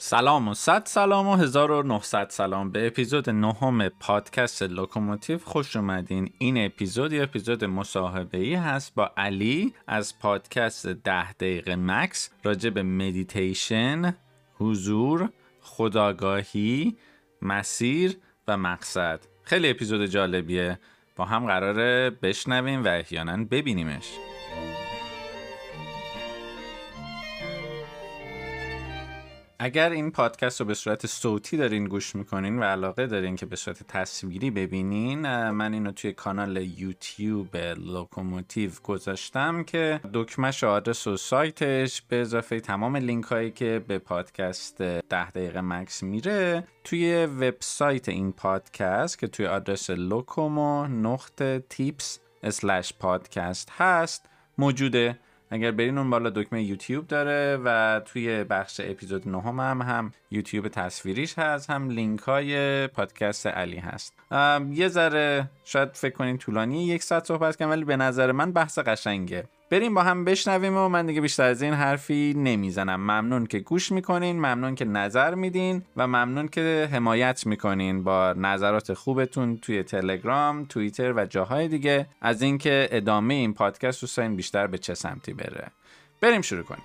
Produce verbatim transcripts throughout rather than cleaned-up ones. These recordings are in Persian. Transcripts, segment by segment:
سلام و صد سلام و هزار و نهصد سلام به اپیزود نهم پادکست لوکوموتیو خوش اومدین. این اپیزود یه اپیزود مصاحبه‌ای هست با علی از پادکست ده دقیقه مکس راجع به مدیتیشن، حضور، خودآگاهی، مسیر و مقصد. خیلی اپیزود جالبیه، با هم قراره بشنویم و احیانا ببینیمش. اگر این پادکست رو به صورت صوتی دارین گوش میکنین و علاقه دارین که به صورت تصویری ببینین، من اینو توی کانال یوتیوب لوکوموتیو گذاشتم که دکمه‌ش، آدرس و سایتش به اضافه تمام لینک هایی که به پادکست ده دقیقه مکس میره توی وبسایت این پادکست که توی آدرس لوکومو نقطه تیپس اسلش پادکست هست موجوده. اگر برین اون بالا دکمه یوتیوب داره و توی بخش اپیزود نهم هم هم یوتیوب تصویریش هست، هم لینک های پادکست علی هست. یه ذره شاید فکر کنین طولانی یک ساعت صحبت کنم، ولی به نظر من بحث قشنگه. بریم با هم بشنویم و من دیگه بیشتر از این حرفی نمیزنم. ممنون که گوش میکنین، ممنون که نظر میدین و ممنون که حمایت میکنین با نظرات خوبتون توی تلگرام، توییتر و جاهای دیگه از اینکه ادامه این پادکست دوستان بیشتر به چه سمتی بره. بریم شروع کنیم.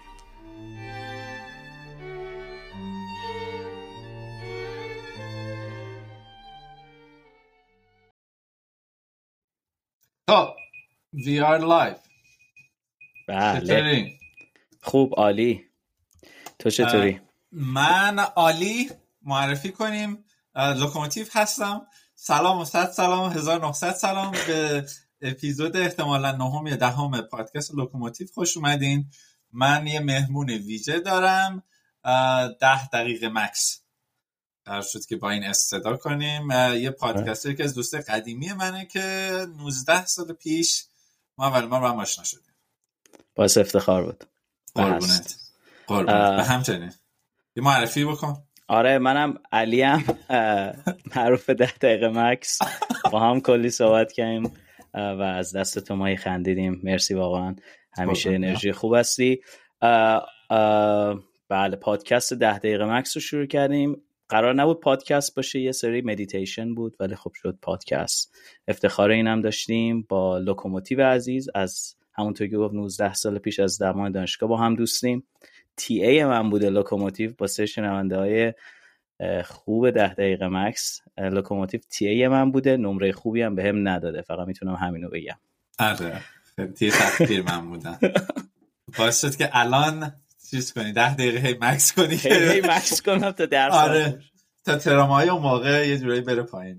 خب we are live. بله چطوری؟ خوب، عالی. تو چطوری؟ من عالی. معرفی کنیم، لوکوموتیو هستم. سلام و صد سلام و هزار و نهصد سلام به اپیزود احتمالا نهم یا دهم پادکست لوکوموتیو خوش اومدین. من یه مهمون ویژه دارم، ده دقیقه مکس قرار شد که با این صدا کنیم. یه پادکستر که از دوست قدیمی منه که نوزده سال پیش ما اول ما با هم آشنا شدیم. باعث افتخار بود. قربونت. قربونت. به همچنین یه معرفی بکن. آره، منم علیم، معروف ده دقیقه مکس. با هم کلی صحبت کردیم و از دست تو ما خندیدیم. مرسی واقعا، همیشه انرژی خوب هستی. اه اه بله، پادکست ده دقیقه مکس رو شروع کردیم. قرار نبود پادکست باشه، یه سری مدیتیشن بود، ولی خب شد پادکست. افتخار اینم داشتیم با لوکوموتیو عزیز، از همونطور که گفت نوزده سال پیش از زمان دانشگاه با هم دوستیم. تی ای من بوده لوکوموتیو، با سه شنونده های خوب ده دقیقه مکس. لوکوموتیو تی ای من بوده، نمره خوبی هم بهم نداده، فقط میتونم همینو بگم. آره خیلی تفکیر من بودم. باعث شد که الان چیز کنی، ده دقیقه مکس کنی، هی مکس کنم تا درس. آره تا ترامای اون موقع یه جورایی بره پایین.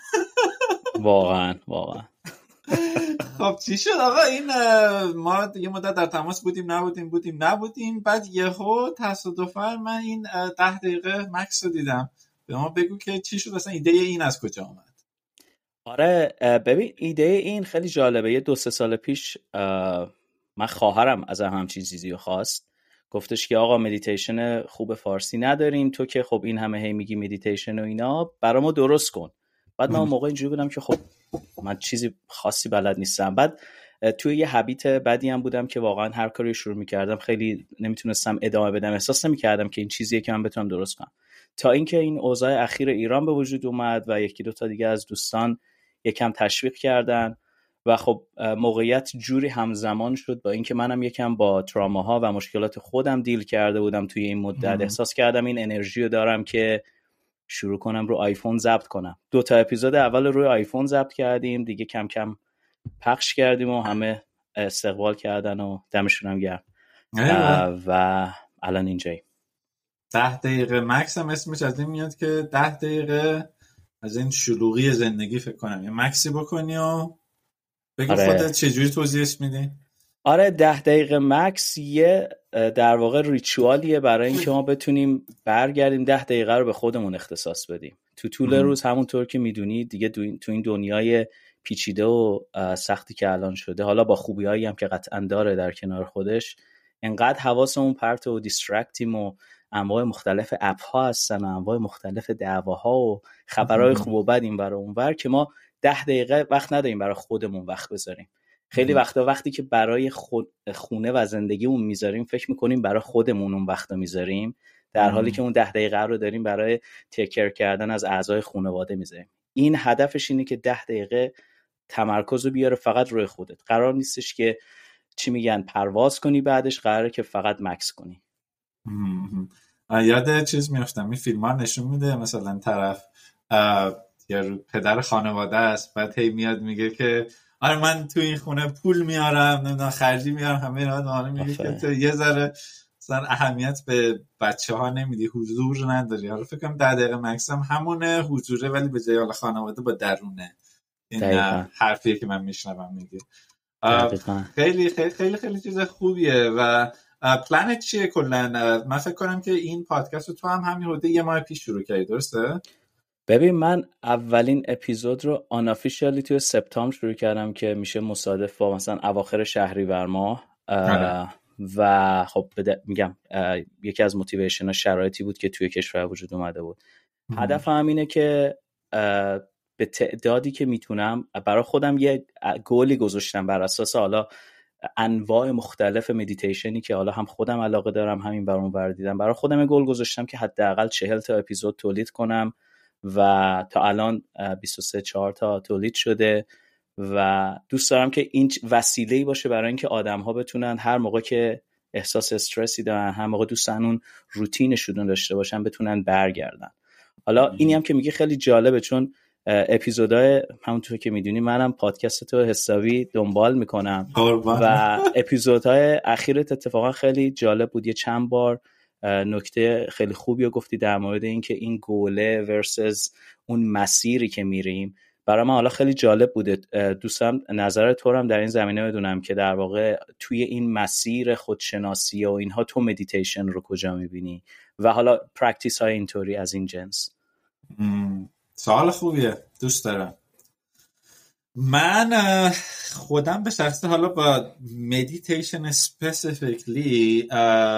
واقعا واقعا. خب چی شد آقا؟ این ما یه مدت در تماس بودیم نبودیم بودیم نبودیم بعد یهو تصادفاً من این ده دقیقه مکس رو دیدم. به ما بگو که چی شد اصلا، ایده این از کجا آمد؟ آره ببین، ایده این خیلی جالبه. یه دو سه سال پیش من خواهرم از هم چیز چیزی رو خواست، گفتش که آقا مدیتیشن خوب فارسی نداریم، تو که خب این همه هی میگی مدیتیشن و اینا، برامو درست کن. بعد من اون موقع اینجوری بودم که خب من چیزی خاصی بلد نیستم. بعد توی یه هابیت بدی هم بودم که واقعا هر کاری شروع می‌کردم خیلی نمیتونستم ادامه بدم، احساس نمی‌کردم که این چیزیه که من بتونم درست کنم. تا اینکه این اوضاع اخیر ایران به وجود اومد و یکی دو تا دیگه از دوستان یکم تشویق کردن و خب موقعیت جوری همزمان شد با اینکه منم یکم با تراماها و مشکلات خودم دیل کرده بودم توی این مدت. احساس کردم این انرژی رو دارم که شروع کنم رو آیفون ضبط کنم. دو تا اپیزود اول روی آیفون ضبط کردیم دیگه، کم کم پخش کردیم و همه استقبال کردن و دمشون هم گرم و الان اینجایی. ده دقیقه مکس هم اسمش از این میاد که ده دقیقه از این شلوغی زندگی فکر کنم یه مکسی بکنی و بگو. آره. خودت چجوری توضیحش میدی؟ آره، ده دقیقه مکس یه در واقع ریچوالیه برای اینکه ما بتونیم برگردیم ده دقیقه رو به خودمون اختصاص بدیم. تو طول ام. روز همونطور که میدونی دیگه تو این دنیای پیچیده و سختی که الان شده، حالا با خوبیایی هم که قطعا داره در کنار خودش، انقدر حواسمون پرت و دیسترکتیم و انواع مختلف اپ ها هستن و انواع مختلف دعواها و خبرهای خوب و بد این برای اون ور که ما ده دقیقه وقت نداریم برای خودمون وقت بذاریم. خیلی وقتا وقتی که برای خود خونه و زندگیمون میذاریم فکر میکنیم برای خودمون اون وقت میذاریم، در حالی که اون ده دقیقه رو داریم برای تیکر کردن از اعضای خانواده میذاریم. این هدفش اینه که ده دقیقه تمرکز رو بیاره فقط روی خودت. قرار نیستش که چی میگن پرواز کنی، بعدش قراره که فقط مکس کنی. یاد چیز میافتم، این فیلم ها نشون میده مثلا طرف یا پدر خانواده است، بعد هی میاد میگه که آره من تو این خونه پول میارم، نمیدونم خرجی میارم، همه اینا رو میگه که تو یه ذره مثلا اهمیت به بچه ها نمیدی، حضور نداری. حالا فکر کنم ده دقیقه مکس هم همونه حضوره، ولی به جای حالا خانواده با درونه. این حرفیه که من میشنوم میگه. خیلی خیلی خیلی خیلی چیز خوبیه. و پلنت چیه کلا؟ من فکر کنم که این پادکست رو تو هم همین حدود یه ماه پیش شروع کردی، درسته؟ ببین من اولین اپیزود رو آنافیشیالی توی سپتامبر شروع کردم که میشه مصادف با مثلا اواخر شهریور ماه و خب میگم یکی از موتیویشن ها شرایطی بود که توی کشور وجود اومده بود. هدف هم اینه که به تعدادی که میتونم برای خودم یه گولی گذاشتم بر اساس حالا انواع مختلف مدیتیشنی که حالا هم خودم علاقه دارم همین برام ور دیدم، برای خودم یه گول گذاشتم که حداقل چهل تا اپیزود تولید کنم و تا الان بیست و سه چهار تا تولید شده و دوست دارم که این وسیله‌ای باشه برای اینکه آدم‌ها بتونن هر موقع که احساس استرسی دارن، هر موقع دوستن اون روتینشون داشته باشن، بتونن برگردن. حالا اینی هم که میگه خیلی جالبه، چون اپیزودهای همونطور که میدونی منم پادکست تو حسابی دنبال میکنم و اپیزودهای اخیرت اتفاقا خیلی جالب بود. یه چند بار نکته خیلی خوبی رو گفتی در مورد این که این گوله ورسز اون مسیری که میریم. برای من حالا خیلی جالب بوده، دوستم نظر تو رو هم در این زمینه بدونم که در واقع توی این مسیر خودشناسی و اینها تو مدیتیشن رو کجا میبینی و حالا پرکتیس های اینطوری از این جنس. سوال خوبیه، دوست دارم. من خودم به شخصه حالا با مدیتیشن اسپسیفیکلی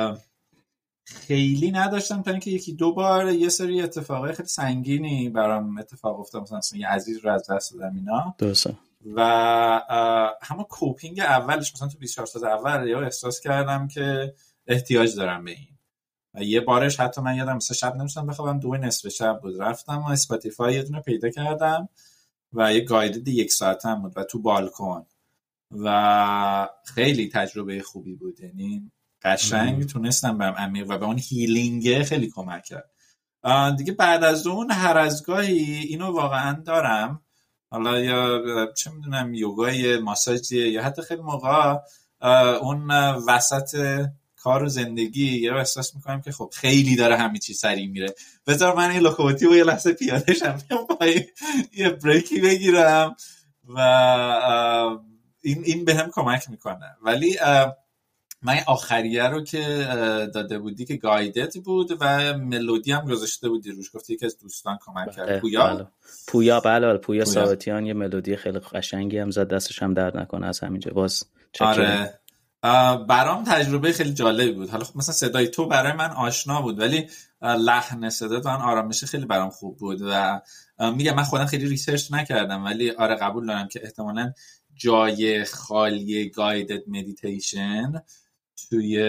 خیلی نداشتم تا اینکه یکی دو بار یه سری اتفاقای خیلی سنگینی برام اتفاق افتاد، مثلا یه عزیز رو از دست دادم اینا. درسته. و همون کوپینگ اولش مثلا تو بیست و چهار ساعت اول یا احساس کردم که احتیاج دارم به این. و یه بارش حتی من یادم مثلا شب نمیشتم بخوابم، دو نصف شب بود، رفتم و اسپاتیفای یه دونه پیدا کردم و یه گایدد یک ساعته هم بود و تو بالکن و خیلی تجربه خوبی بود. یعنی قشنگ تونستم برم عمیق و به اون هیلینگ خیلی کمک کرد. دیگه بعد از اون هر از گاهی اینو واقعا دارم، حالا یا چه میدونم یوگای ماساژی یا حتی خیلی موقع اون وسط کار و زندگی یا احساس میکنم که خب خیلی داره همه چی سریع میره، بذار من این لوکوموتیو یه لحظه پیاده شم یه بریکی بگیرم و این این بهم کمک میکنه. ولی من آخریه رو که داده بودی که گایدت بود و ملودی هم گذاشته بودی روش، گفتی که از دوستان کمک کرد. پویا بله. پویا بله پویا ثابتیان یه ملودی خیلی قشنگی هم زد، دستش هم درد نکنه از همینجا. باز آره برام تجربه خیلی جالبی بود. حالا خب مثلا صدای تو برای من آشنا بود ولی لحن صدات و آرامش خیلی برام خوب بود و میگم من خودم خیلی ریسرچ نکردم ولی آره قبول دارم که احتمالاً جای خالی گایدد مدیتیشن توی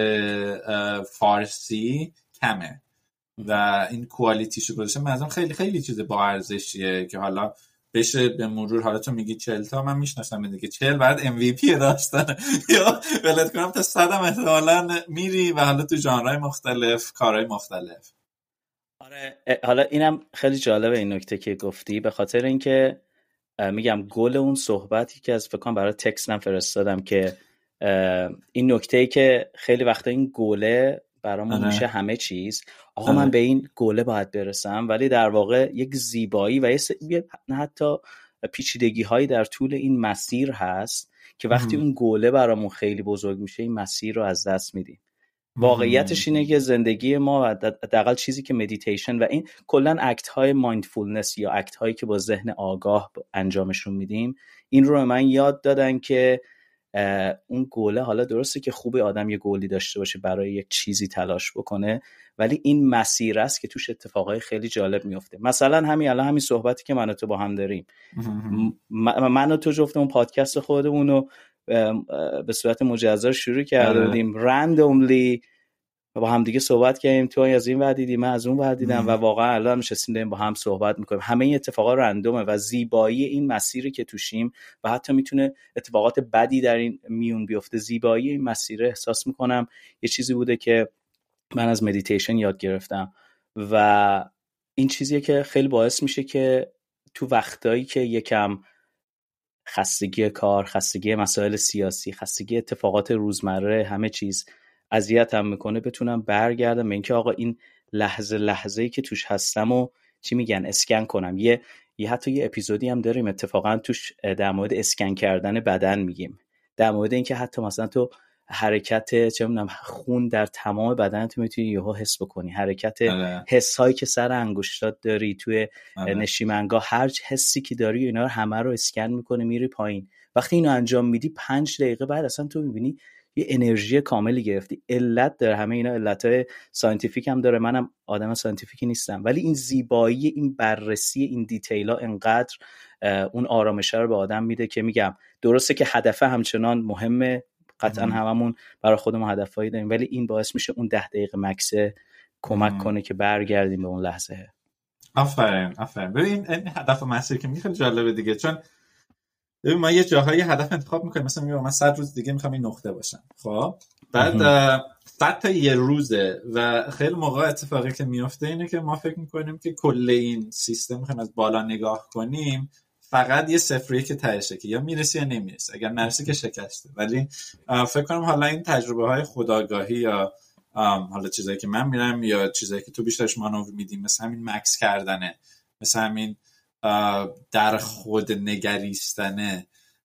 فارسی کمه و این کوالیتیشو گذاشتم مثلا خیلی خیلی چیز با ارزشیه که حالا بشه به مرور. حالا تو میگی چهل تا، من میشناسم دیگه چهل بعد ام وی پی داشتن یا ولت کنم تا صد هم احتمالاً میری و حالا تو ژانرهای مختلف کارهای مختلف. آره حالا اینم خیلی جالبه این نکته که گفتی، به خاطر اینکه میگم گل اون صحبتی که از فکر کنم برای تکست نم فرستادم که این نکته‌ای که خیلی وقتا این گله برامون میشه همه چیز، آقا من به این گله باید برسم، ولی در واقع یک زیبایی و یه حتی پیچیدگی هایی در طول این مسیر هست که وقتی اون گله برامون خیلی بزرگ میشه این مسیر رو از دست میدیم. واقعیتش اینه که زندگی ما و حداقل چیزی که مدیتیشن و این کلا اکت های مایندفولنس یا اکت هایی که با ذهن آگاه انجامشون میدیم، این رو من یاد دادن که اون گوله، حالا درسته که خوبه آدم یه گولی داشته باشه برای یک چیزی تلاش بکنه، ولی این مسیر است که توش اتفاقای خیلی جالب میفته. مثلا همین الان همین صحبتی که من و تو با هم داریم، من و تو جفتمون پادکست خودمون رو به صورت مجزا شروع کرده بودیم، رندوملی با هم دیگه صحبت کردیم، تو از این ور دیدی، من از اون ور دیدم و واقعا الان نشستیم داریم با هم صحبت میکنیم. همه این اتفاقا رندومه و زیبایی این مسیری که توشیم و حتی میتونه اتفاقات بدی در این میون بیفته. زیبایی این مسیر احساس میکنم یه چیزی بوده که من از مدیتیشن یاد گرفتم و این چیزیه که خیلی باعث میشه که تو وقتایی که یکم خستگی کار، خستگی مسائل سیاسی، خستگی اتفاقات روزمره، همه چیز اذیتم میکنه، بتونم برگردم به اینکه آقا این لحظه لحظه‌ای که توش هستم و چی میگن اسکن کنم. یه یه حتی یه اپیزودی هم داریم اتفاقا توش در مورد اسکن کردن بدن میگیم، در مورد اینکه حتی مثلا تو حرکت چه میدونم خون در تمام بدنت میتونی یهو حس بکنی، حرکت حسایی که سر انگشتات داری توی نشیمنگاه، هر حسی که داری اینا رو همه رو اسکن میکنه میری پایین. وقتی اینو انجام میدی پنج دقیقه بعد اصلا تو میبینی یه انرژی کاملی گرفتی. علت داره، همه اینا علتای ساینتیفیک هم داره، منم آدم ساینتیفیکی نیستم، ولی این زیبایی، این بررسی این دیتیلا انقدر اون آرامش رو به آدم میده که میگم درسته که هدف همچنان مهمه، قطعا هممون برای خودمون هدفایی داریم، ولی این باعث میشه اون ده دقیقه مکسه کمک مم. کنه که برگردیم به اون لحظه. آفرین آفرین. ببین این هدف مسیر که میگه خیلی جالبه دیگه، چون ببین ما یه جاهای هدف انتخاب میکنیم، مثلا میگم من صد روز دیگه میخوام این نقطه باشم، خب بعد صد تا یه روزه و خیلی موقع اتفاقی که میفته اینه که ما فکر میکنیم که کل این سیستم میخوایم از بالا نگاه کنیم فقط یه صفریه که تهشه که یا میرسی یا نمیرسی، اگر نرسی که شکسته. ولی فکر کنم حالا این تجربه های خودآگاهی یا حالا چیزایی که من میرم یا چیزایی که تو بیشترش مانور میدیم، مثل همین مکس کردنه، مثل همین در خود نگریستنه،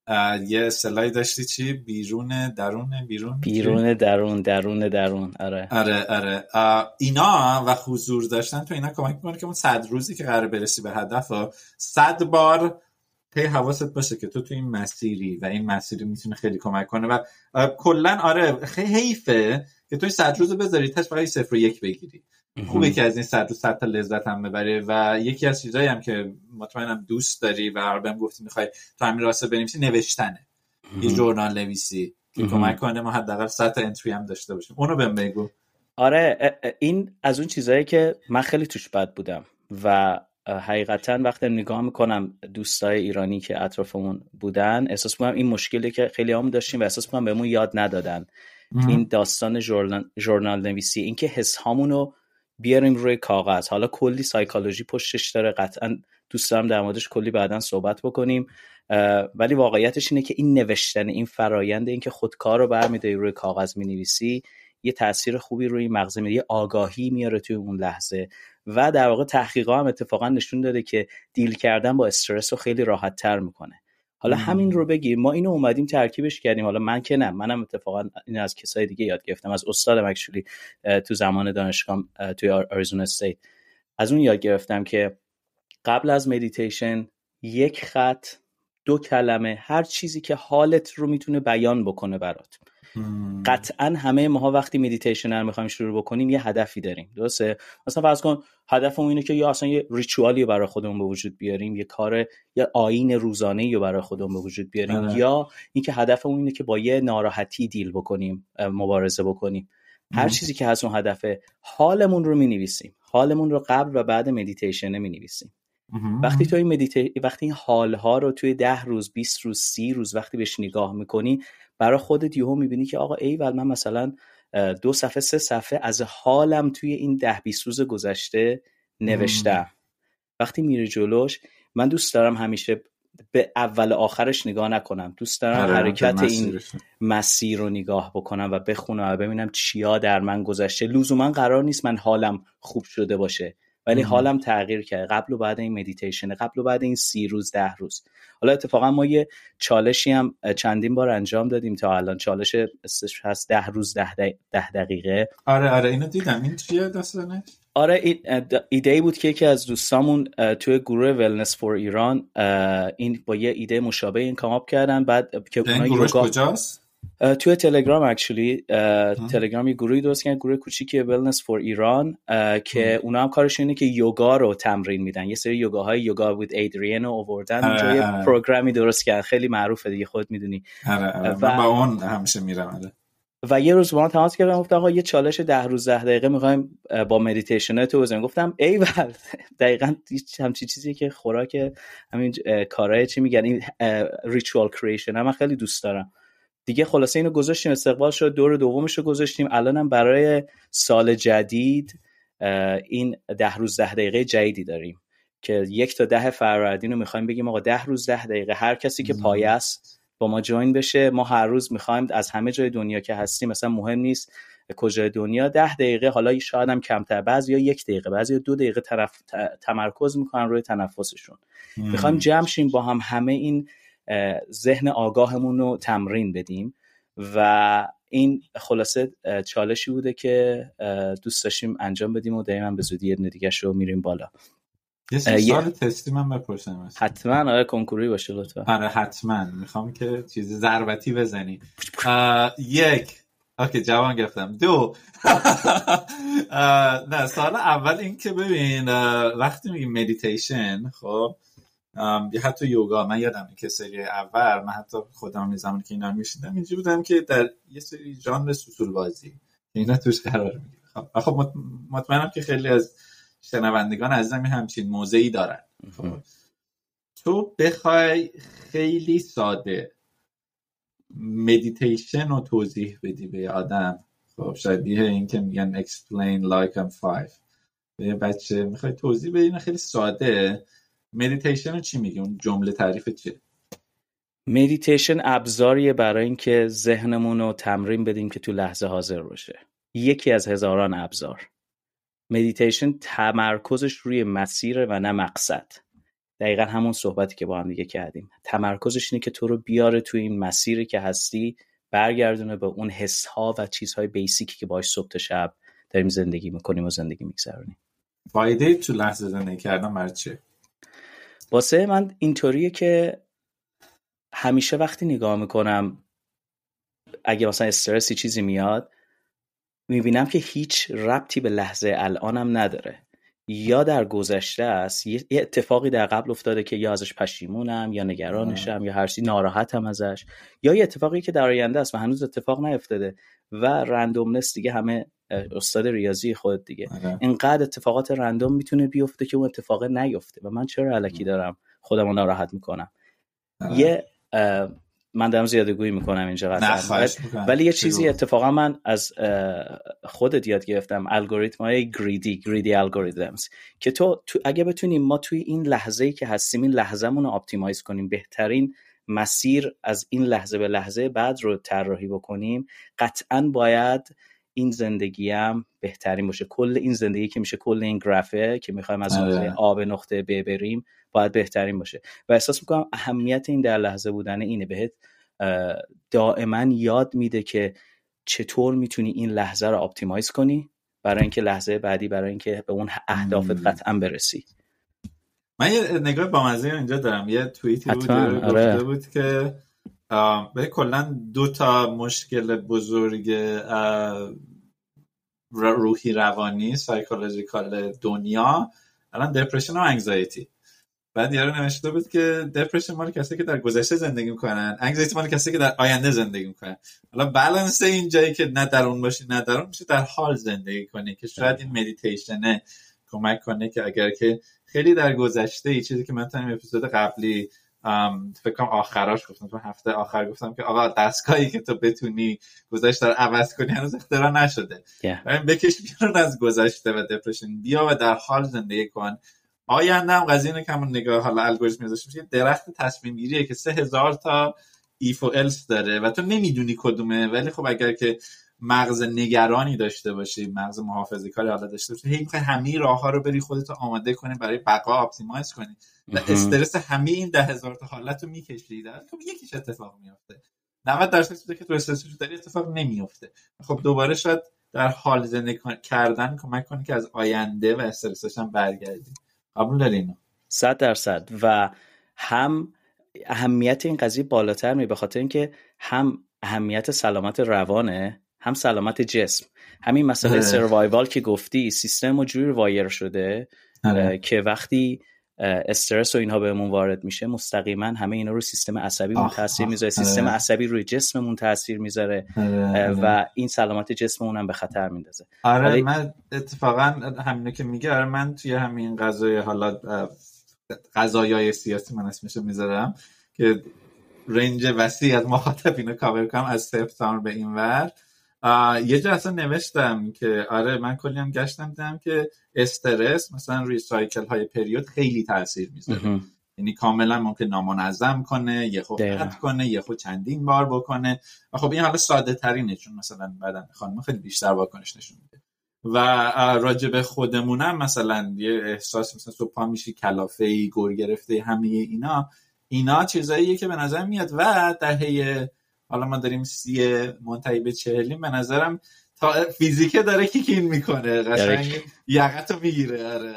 یه اصطلاحی داشتی چی؟ بیرون درون بیرون بیرون درون درون درون آره آره آره اینا و حضور داشتن تو اینا کمک میکنه که اون صد روزی که قرار برسی به هدف صد بار هی حواست باشه که تو تو این مسیری و این مسیری میتونه خیلی کمک کنه و کلا آره خیلی حیفه که توی صد روز بذاری تاش فقط صفر و یک بگیری. خوبه که از این صد روز صد تا لذت هم ببری و یکی از چیزایی هم که مطمئنم دوست داری و بهم گفتی میخوای تو همین راسته بنویسی نوشتنه، یه ژورنال نویسی که کمک کنه ما حداقل صد تا انتری هم داشته باشیم. اونو بهم بگو. آره این از اون چیزایی که من خیلی توش بد بودم و حقیقتا وقتی نگاه میکنم دوستای ایرانی که اطرافمون بودن احساس میکنم این مشکلی که خیلی هم داشتیم و احساس میکنم بهمون یاد ندادن. این داستان ژورنال ژورنال نویسی، این که حس هامونو بیاریم روی کاغذ، حالا کلی سایکولوژی پشتش داره، قطعا دوست دارم در موردش کلی بعداً صحبت بکنیم، ولی واقعیتش اینه که این نوشتن، این فرایند، این که خودکار رو برمی‌داری روی کاغذ می‌نویسی یه تأثیر خوبی روی مغز میده، یه آگاهی میاره توی اون لحظه و در واقع تحقیقات هم اتفاقا نشون داده که دیل کردن با استرس رو خیلی راحت تر میکنه. حالا همین رو بگیر، ما اینو اومدیم ترکیبش کردیم، حالا من که نه، منم اتفاقا اینو از کسای دیگه یاد گرفتم، از استادم اکچولی تو زمان دانشگاه توی آریزونا استیت از اون یاد گرفتم که قبل از مدیتیشن یک خط، دو کلمه، هر چیزی که حالت رو میتونه بیان بکنه برات. قطعا همه ماها وقتی مدیتیشن رو میخوایم شروع بکنیم یه هدفی داریم، درسته؟ مثلا فرض کن هدفمون اینه که یا اصلا یه ریچوالی رو برای خودمون به وجود بیاریم، یه کار یا آیین روزانه‌ای رو برای خودمون به وجود بیاریم اه. یا اینکه هدفمون اینه که با یه ناراحتی دیل بکنیم، مبارزه بکنیم. هر چیزی که هست اون هدفه، حالمون رو می‌نویسیم، حالمون رو قبل و بعد مدیتیشن می‌نویسیم. وقتی تو این مدیتی وقتی این حال‌ها رو توی ده روز، بیست روز، سی روز وقتی بهش نگاه می‌کنی، برای خودت یهو می‌بینی که آقا ایول من مثلا دو صفحه سه صفحه از حالم توی این ده بیست روز گذشته نوشتم. مم. وقتی میری جلوش، من دوست دارم همیشه به اول آخرش نگاه نکنم، دوست دارم حرکت این مسیر رو نگاه بکنم و بخونم و ببینم چیا در من گذشته. لزوما قرار نیست من حالم خوب شده باشه، ولی مم. حالم تغییر کرده قبل و بعد این مدیتیشن، قبل و بعد این سی روز، ده روز. حالا اتفاقا ما یه چالشی هم چندین بار انجام دادیم تا الان، چالش هست ده روز ده, ده دقیقه. آره آره اینو دیدم. این چیه داستانش؟ آره این ایده ای بود که یکی از دوستامون توی گروه ولنس فور ایران این با یه ایده مشابه این کاماپ کردن. بعد که این گروهش کجاست؟ توی تلگرام اکچولی تلگرام یه گروهی درست کردن، گروه کوچیکی ولنس فور ایران که اونا هم کارشون اینه که یوگا رو تمرین میدن. یه سری یوگاهای یوگا وید ادریان رو آوردن اونجا، یه پروگرامی درست کردن خیلی معروفه دیگه، خودت میدونی. آره آره و... من با اون همیشه میرم. آره و یه روز با من تماس کردم گفتم آقا یه چالش ده روز ده دقیقه میخوایم با مدیتیشن تو بزنیم. گفتم ایول دقیقاً همچین چیزیه که خوراک همین کارهای چی میگن این ریچوال کریشن من خیلی دوست دارم دیگه. خلاصه اینو گذاشتیم، استقبال شد، دور دومش رو گذاشتیم. الانم برای سال جدید این ده روز ده دقیقه جدیدی داریم که یک تا ده فروردین رو میخوایم بگیم آقا ده روز ده دقیقه هر کسی که پایه است با ما جوین بشه. ما هر روز میخوایم از همه جای دنیا که هستیم، مثلا مهم نیست کجای دنیا، ده دقیقه، حالا شاید هم کمتر، بعضیا یک دقیقه، بعضیا دو دقیقه طرف تمرکز میکنن روی تنفسشون. میخوایم جمع شیم با هم همه این ذهن آگاهمون رو تمرین بدیم و این خلاصه چالشی بوده که دوست داشتیم انجام بدیم و دائما به زودی یه دیگه شو میریم بالا. یه سوال تستی من بپرسم. حتما آره کنکوری باشه لطفا. آره حتما میخوام که چیز ضربتی بزنی. یک اوکی جواب گرفتم. دو نه سوال اول این که ببین وقتی میگیم مدیتیشن خب یا حتی یوگا، من یادمه که سری اول من حتی خودم می زمانی که اینا رو میشیدم اینجوری بودم که در یه سری ژانر سوسول بازی اینا توش قرار میگیره. خب خب مطمئنم که خیلی از شنوندگان عزیزم همچین موضعی دارن. خب تو بخوای خیلی ساده مدیتیشن رو توضیح بدی به آدم، خب شبیه این که میگن explain like I'm five، به بچه میخوای توضیح بدی خیلی ساده مدیتیشن رو چی میگی؟ اون جمله تعریف چیه؟ مدیتیشن ابزاریه برای اینکه ذهنمون رو تمرین بدیم که تو لحظه حاضر باشه. یکی از هزاران ابزار. مدیتیشن تمرکزش روی مسیر و نه مقصد. دقیقا همون صحبتی که با هم دیگه کردیم. تمرکزش اینه که تو رو بیاره تو این مسیری که هستی، برگردونه به اون حس‌ها و چیزهای بیسیکی که باهاش صبح تا شب داریم زندگی میکنیم و زندگی میگذرونیم. فایده تو لحظه زندگی کردن برای چیه؟ واسه من اینطوریه که همیشه وقتی نگاه میکنم اگه مثلا استرسی چیزی میاد میبینم که هیچ ربطی به لحظه الانم نداره، یا در گذشته است، یه اتفاقی در قبل افتاده که یا ازش پشیمونم یا نگرانشم یا هر چیزی ناراحتم ازش، یا یه اتفاقی که در آینده است و هنوز اتفاق نیفتاده و رندومنس دیگه، همه استاد ریاضی خود دیگه آه. اینقدر اتفاقات رندوم میتونه بیفته که اون اتفاق نیفته و من چرا الکی دارم خودمو ناراحت میکنم. آه. یه من دارم زیادگویی میکنم اینجا قطعا، ولی یه چیزی اتفاقا من از خودت یاد گرفتم، الگوریتم‌های گریدی گریدی الگوریتمز، که تو, تو اگه بتونیم ما توی این لحظه‌ای که هستیم این لحظه‌مون رو اپتیمایز کنیم، بهترین مسیر از این لحظه به لحظه بعد رو طراحی بکنیم، قطعاً باید این زندگی هم بهترین باشه. کل این زندگی که میشه کل این گرافه که میخوایم از نقطه آ به نقطه ب بریم باید بهترین باشه و احساس میکنم اهمیت این در لحظه بودن اینه. بهت دائما یاد میده که چطور میتونی این لحظه رو اپتیمایز کنی برای اینکه لحظه بعدی برای اینکه به اون اهدافت قطعا برسی. من یه نگاه با مزه اینجا دارم. یه توییتی بود گفته بود که به کلا دو تا مشکل بزرگ روحی روانی سایکولوژیکال دنیا الان دپرشن و انگزایتی. بعد یارو نوشته بود که دپرشن مال کسایی که در گذشته زندگی میکنن، انگزایتی مال کسایی که در آینده زندگی میکنن. حالا بالانس این جایی که نه در اون باشی نه در اون میشه در حال زندگی کنی، که شاید این مدیتیشن کمک کنه که اگر که خیلی در گذشته ای چیزی که من تا این اپیزود قبلی فکر کنم آخراش گفتم، تو هفته آخر گفتم که آقا دستگاهی که تو بتونی گذشته رو عوض کنی هنوز اختراع نشده. yeah. بکش بیرون از گذشته و دپرشن، بیا و در حال زندگی کن. آینده هم قضیه اینه که همون نگاه حالا الگوریتم میذاشته میشه درخت تصمیم گیریه که سه هزار تا ایف و الس داره و تو نمیدونی کدومه، ولی خب اگر که مغز نگرانی داشته باشی، مغز محافظه کاری حالا داشته باشی، هی میخوای همه راه‌ها رو بری خودت رو آماده کنی برای بقا، اپتیمایز کنی و استرس همه این ده هزار تا حالت رو میکشی، در تو یکیش اتفاق میفته. نود درصد چیزی که تو استرس رو داری اتفاق نمیفته. خب دوباره شاید در حال زندگی کردن کمک کنه که از آینده و استرسش هم برگردی. قبول داری اینو؟ صد درصد. و هم اهمیت این قضیه بالاتر می به خاطر اینکه هم اهمیت سلامت روانه هم سلامت جسم. همین مسئله سروایوال که گفتی، سیستم جوری وایر شده که وقتی استرس و اینها بهمون وارد میشه مستقیما همه اینا رو سیستم عصبیمون تاثیر میذاره، سیستم عصبی روی جسممون تاثیر میذاره و این سلامت جسممون هم به خطر میندازه. آره ولی... من اتفاقا همینو که میگه آره من توی همین غذای حالا غذایای سیاسی من اسمشو میذارم که رنج وسیع از مخاطبینو کاور کنم از سپتامبر به این ور، یه جا اصلا نوشتم که آره من کلی هم گشتم دیدم که استرس مثلا روی سایکل های پریود خیلی تاثیر میذاره، یعنی کاملا ممکن نامنظم کنه، یه خود قطع کنه، یه خود چندین بار بکنه و خب این حالا ساده ترینه چون مثلا بدن خانم خیلی بیشتر واکنش نشون میده و راجب خودمونم مثلا یه احساس مثلا صبح پا میشی کلافه‌ای گور گرفته همه اینا اینا چیزاییه که به نظر میاد و دهه حالا ما داریم سی منتهی به چهلیم به نظرم تا فیزیکه داره کیکین میکنه قشنگ یقتو میگیره. آره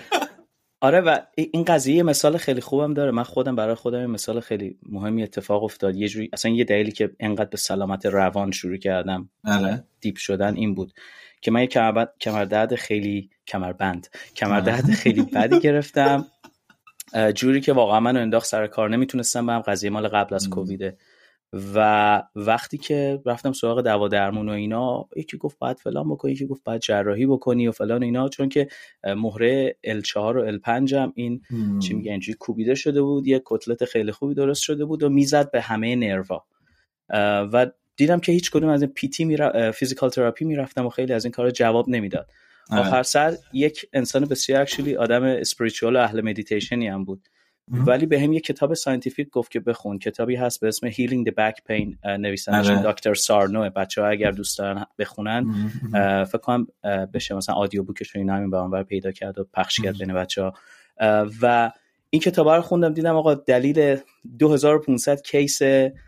آره و این قضیه مثال خیلی خوبم داره. من خودم برای خودم این مثال خیلی مهمی اتفاق افتاد یه جوری اصلا یه دلیلی که انقدر به سلامت روان شروع کردم آره. دیپ شدن این بود که من یه کمربند کمردرد خیلی کمربند کمردرد خیلی بدی گرفتم جوری که واقعا منو انداخت سر کار، نمیتونستم برم، قضیه مال قبل از کوویده و وقتی که رفتم سراغ دوا درمون و اینا یکی گفت باید فلان بکنی یکی گفت باید جراحی بکنی و فلان اینا، چون که مهره ال چهار و ال پنج هم این مم. چی میگن اینجوری کوبیده شده بود، یه کتلت خیلی خوبی درست شده بود و میزد به همه نروا و دیدم که هیچ کدوم از این پی تی میرا... فیزیکال تراپی میرفتم و خیلی از این کارا جواب نمیداد. آخر سر یک انسان بسیار اکچولی آدم اسپریچوال و اهل مدیتیشنی هم بود مم. ولی به هم یک کتاب ساینتیفیک گفت که بخون، کتابی هست به اسم Healing the Back Pain، نویسندش دکتر سارنو، بچه‌ها اگر دوست دارن بخونن فکر کنم بشه مثلا آدیو بوکش رو اینا همین برام پیدا کرد و پخش کرد بین بچه‌ها و این کتاب رو خوندم دیدم آقا دلیل دو هزار و پانصد کیس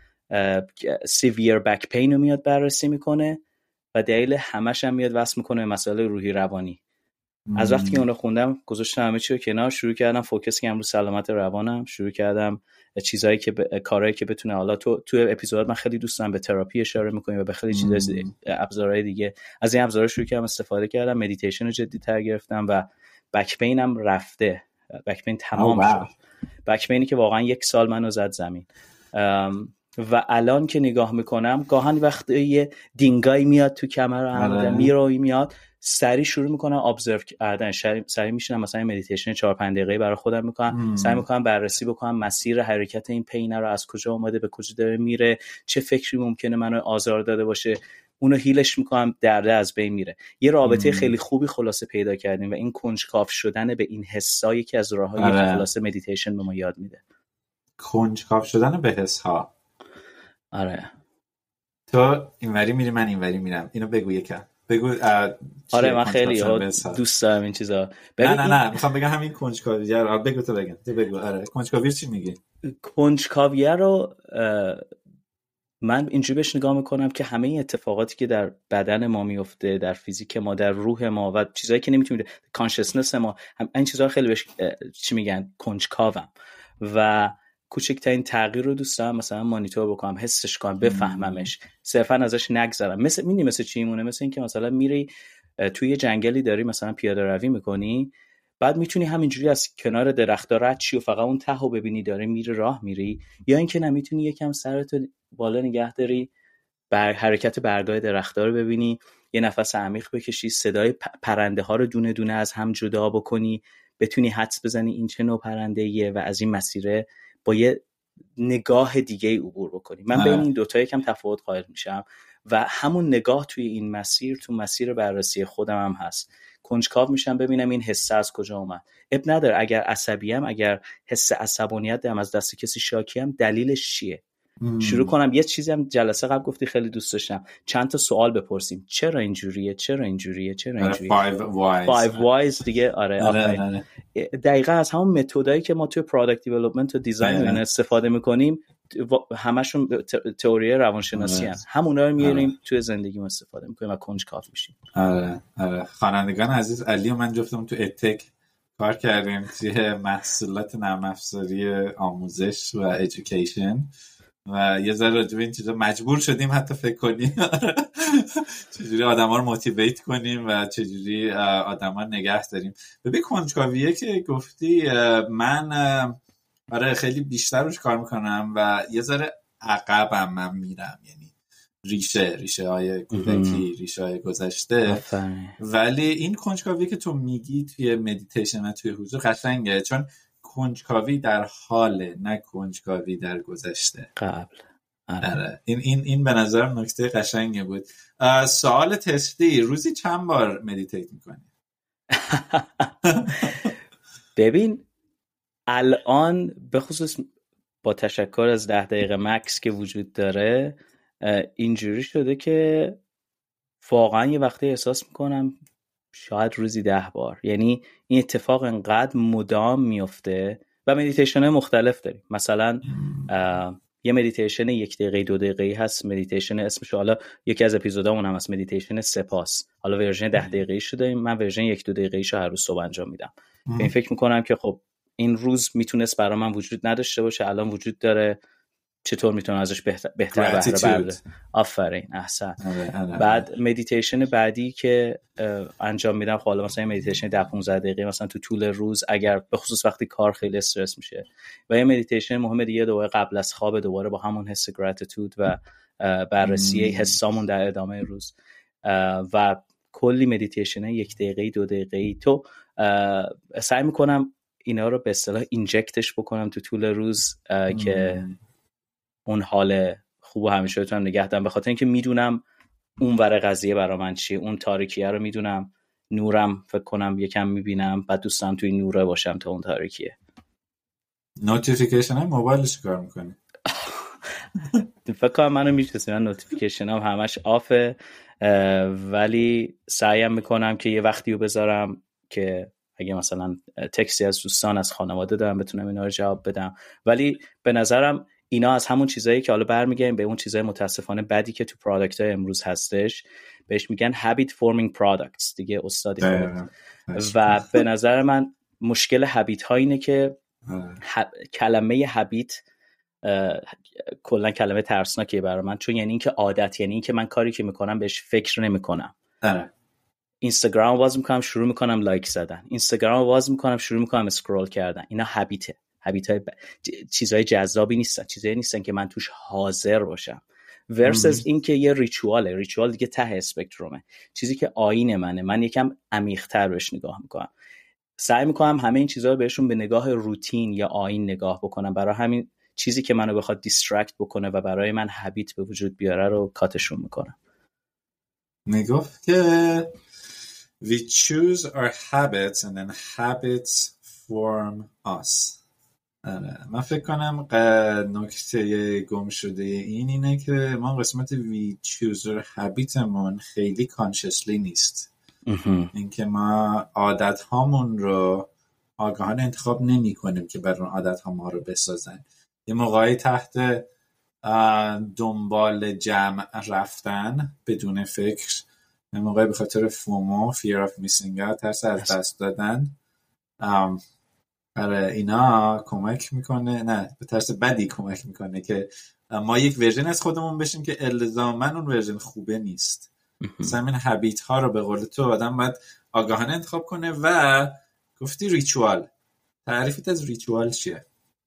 سیویر بک پین رو میاد بررسی میکنه و دلیل همش هم میاد وصل میکنه به مسائل روحی روانی. از وقتی که اون رو خوندم گذاشتم همه چی رو کنار، شروع کردم فوکس کردم رو سلامت روانم، شروع کردم چیزایی که ب... کارهایی که بتونه، حالا تو تو اپیزود من خیلی دوست دارم به تراپی اشاره میکنیم و به خیلی چیزای ابزارهای دیگه، از این ابزارا شروع کردم استفاده کردم، مدیتیشن رو جدی‌تر گرفتم و بک پینم رفته، بک پین تمام شد، بک پینی که واقعا یک سال منو زد زمین و الان که نگاه میکنم گاهن وقتی یه دینگای میاد تو کمر میروی میاد سری شروع میکنم ابزرو کردن، سری میشینم مثلا مدیتیشن چهار پنج دقیقه‌ای برای خودم میکنم، سعی میکنم بررسی بکنم مسیر حرکت این پین رو از کجا اومده به کجا داره میره، چه فکری ممکنه منو آزار داده باشه، اونو هیلش میکنم، درده از بین میره. یه رابطه مم. خیلی خوبی خلاصه پیدا کردیم و این کنجکاو شدن به این حسایی که از راههای آره. خلاصه مدیتیشن به ما یاد میده. کنجکاو شدن به حس‌ها. آره. تو اینوری میری من اینوری میرم. اینو بگو یکم. بگو آره من خیلی دوست دارم این چیزا. نه نه نه میخوام بگم همین کنجکاوی رو بگو تو بگم. تو بگو. آره کنجکاوی چی میگی؟ کنجکاوی رو من اینجوری بهش نگاه میکنم که همه این اتفاقاتی که در بدن ما میفته، در فیزیک ما، در روح ما و چیزایی که نمیتونیم کانشسنس ما، هم این چیزا خیلی بهش چی میگن کنجکاوم و کوچکترین تغییر رو دوست دارم مثلا مانیتور بکنم، حسش کنم، بفهممش، صرفا ازش نگذرم. مثل می‌بینی مثل چی میمونه؟ مثل اینکه مثلا میری توی جنگلی داری مثلا پیاده روی میکنی، بعد میتونی همینجوری از کنار درخت‌ها رد شی و فقط اون تهو ببینی داره میره راه میری، یا اینکه نمیتونی یکم سرتو بالا نگه داری، بر حرکت برگای درخت‌ها رو ببینی، یه نفس عمیق بکشی، صدای پرنده ها رو دونه دونه از هم جدا بکنی، بتونی حدس بزنی این چه نوع پرنده‌ایه و از این مسیره با یه نگاه دیگه ای عبور بکنی. من بین این دوتا یکم تفاوت قائل میشم و همون نگاه توی این مسیر تو مسیر بررسی خودم هم هست. کنجکاو میشم ببینم این حس از کجا اومد. اب نداره اگر عصبیم، اگر حس عصبانیت دارم، از دست کسی شاکیم، دلیلش چیه؟ مم. شروع کنم. یه چیزی هم جلسه قبل گفتی خیلی دوست داشتم، چند تا سوال بپرسیم، چرا اینجوریه، چرا اینجوریه، چرا اینجوریه. five whys دیگه. آره آفرین. دقیقاً از همون متدایی که ما توی پروداکت دیولپمنت و دیزاین استفاده میکنیم، همشون تئوری روانشناسی هست، همونا رو میاریم توی زندگیمون استفاده میکنیم و کنجکاو میشیم. آره آره. خوانندگان عزیز، علی و من جفتمون تو اتک کار کردیم توی محصولات نرم افزاری آموزش و ادویکیشن و یه ذره راجع به این چیزا مجبور شدیم حتی فکر کنیم چجوری آدما رو موتیویت کنیم و چجوری آدما نگه داریم. ببین کنجکاویه که گفتی، من برای خیلی بیشتر روش کار میکنم و یه ذره عقبم من میرم، یعنی ریشه ریشه های کودکی، ریشه های گذشته. ولی این کنجکاوی که تو میگی توی مدیتیشن و توی حضور قشنگه، چون کنجکاوی در حاله، نه کنجکاوی در گذشته قبل. آره. این این این به نظرم نکته قشنگه بود. سوال تستی، روزی چند بار مدیتیت میکنی؟ ببین الان به خصوص با تشکر از ده دقیقه مکس که وجود داره اینجوری شده که واقعا یه وقتی احساس میکنم شاید روزی ده بار. یعنی این اتفاق انقدر مدام میفته و مدیتیشن مختلف داریم. مثلا یه مدیتیشن یک دقیقه دو دقیقه هست، مدیتیشن اسمش حالا یکی از اپیزودامون هم هست مدیتیشن سپاس، حالا ورژن ده دقیقه‌ای شده، من ورژن یک دو دقیقه‌ایشو هر روز صبح انجام میدم. این فکر میکنم که خب این روز میتونست برای من وجود نداشته باشه، الان وجود داره، چطور میتونم ازش بهتر بهتر بهره ببرم. آفرین، احسن. بعد مدیتیشن بعدی که انجام میدم، حالا مثلا مدیتیشن ده پانزده دقیقه مثلا تو طول روز، اگر به خصوص وقتی کار خیلی استرس میشه. و یه مدیتیشن مهم دیگه دوباره قبل از خواب، دوباره با همون حس گراتیتود و بررسی حسامون در ادامه روز. و کلی مدیتیشن یک دقیقه دو دقیقه تو سعی میکنم اینا رو به اصطلاح اینجکتش بکنم تو طول روز که اون حال خوب و همیشه بتونم نگه دارم، به خاطر اینکه میدونم اون ور قضیه برای من چیه، اون تاریکیه رو میدونم، نورم فکر کنم یکم میبینم، بعد دوستم توی نوره باشم تا اون تاریکیه. نوتیفیکیشن های موبایلش کار میکنی؟ فکر کنم منو میشناسی، من نوتیفیکیشن هم همش آفه، ولی سعیم میکنم که یه وقتی رو بذارم که اگه مثلا تکستی از دوستان از خانواده دارم بتونم اینا رو جواب بدم. ولی به نظرم اینا از همون چیزایی که حالا برمیگردیم به اون چیزای متاسفانه بدی که تو پروداکت های امروز هستش، بهش میگن habit forming products دیگه، استادی خودت. و به نظر من مشکل هابیت ها اینه که هب... کلمه هابیت کلا کلمه ترسناکیه برای من، چون یعنی این که عادت، یعنی این که من کاری که میکنم بهش فکر نمیکنم. اینستاگرام باز میکنم شروع میکنم لایک زدن، اینستاگرام باز میکنم شروع میکنم اسکرول کردن. اینا هابیته. هابیت‌های ب... چیزای جذابی نیستن، چیزایی نیستن که من توش حاضر باشم. ورسس این که یه ریچواله، ریچوال دیگه ته اسپکترومه، چیزی که آیین منه، من یکم عمیق‌تر بهش نگاه میکنم. سعی میکنم همه این چیزا رو بهشون به نگاه روتین یا آیین نگاه بکنم، برای همین چیزی که منو بخواد دیسترکت بکنه و برای من هابیت به وجود بیاره رو کاتشون میکنم. میگفت که we choose our habits and then habits form us. من فکر کنم نکته گم شده این اینه که ما قسمت we choose our habitمون خیلی کانشسلی نیست. اینکه ما عادت هامون رو آگاهانه انتخاب نمی کنیم که بر اون عادت ها ما رو بسازن. یه موقعی تحت دنبال جمع رفتن بدون فکر، یه موقعی به خاطر فومو fear of missing out، ترس از دست دادن، برای اینا کمک میکنه، نه به ترس بدی کمک میکنه که ما یک ورژن از خودمون بشیم که الزاماً اون ورژن خوبه نیست. مثلا این هابیت ها رو به قول تو آدم باید آگاهانه انتخاب کنه. و گفتی ریچوال، تعریفت از ریچوال چیه؟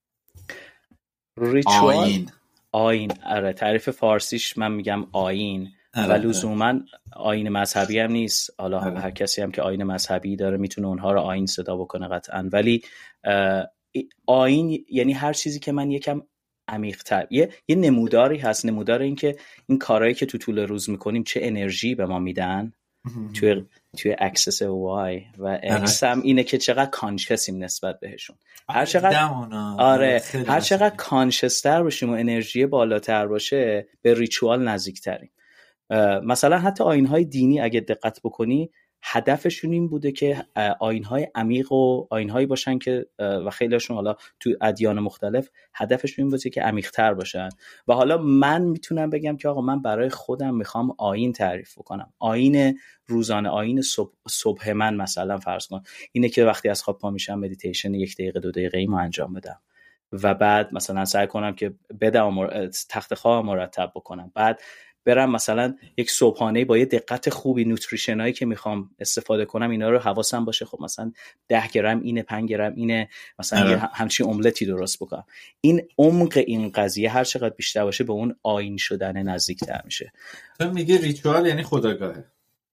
ریچوال آیین. آیین آره، تعریف فارسیش من میگم آیین و لزوما آیین مذهبی هم نیست. حالا هر کسی هم که آیین مذهبی داره میتونه اونها رو آیین صدا بکنه قطعا، ولی آیین یعنی هر چیزی که من یکم عمیق‌تر، یه یه نموداری هست، نمودار این که این کارهایی که تو طول روز میکنیم چه انرژی به ما میدن توی توی اکسس وای و اکس هم اینه که چقدر کانشسیم نسبت بهشون. هر چقدر آره هر چقدر کانشس‌تر باشیم و انرژی بالاتر باشه به ریچوال نزدیک‌تریم. مثلا حتی آیین‌های دینی اگه دقت بکنی هدفشون این بوده که آیین‌های عمیق و آیین‌هایی باشن که و خیلیشون حالا تو ادیان مختلف هدفشون این بوده که عمیق‌تر باشن. و حالا من میتونم بگم که آقا من برای خودم میخوام آیین تعریف بکنم، آیین روزانه، آیین صبح, صبح من مثلا فرض کن اینه که وقتی از خواب پا میشم مدیتیشن یک دقیقه دو دقیقه ای ما انجام بدم. و بعد مثلا سعی کنم که بدم تخت خواب مرتب بکنم، بعد برم مثلا یک صبحانه با یه دقت خوبی نوتریشنایی که میخوام استفاده کنم اینا رو حواسم باشه، خب مثلا ده گرم اینه، پنج گرم اینه، مثلا یه همچین املتی درست بکنم. این عمق این قضیه هر چقدر بیشتر باشه به اون آیین شدن نزدیکتر میشه. تو میگی ریچوال یعنی خودآگاهه؟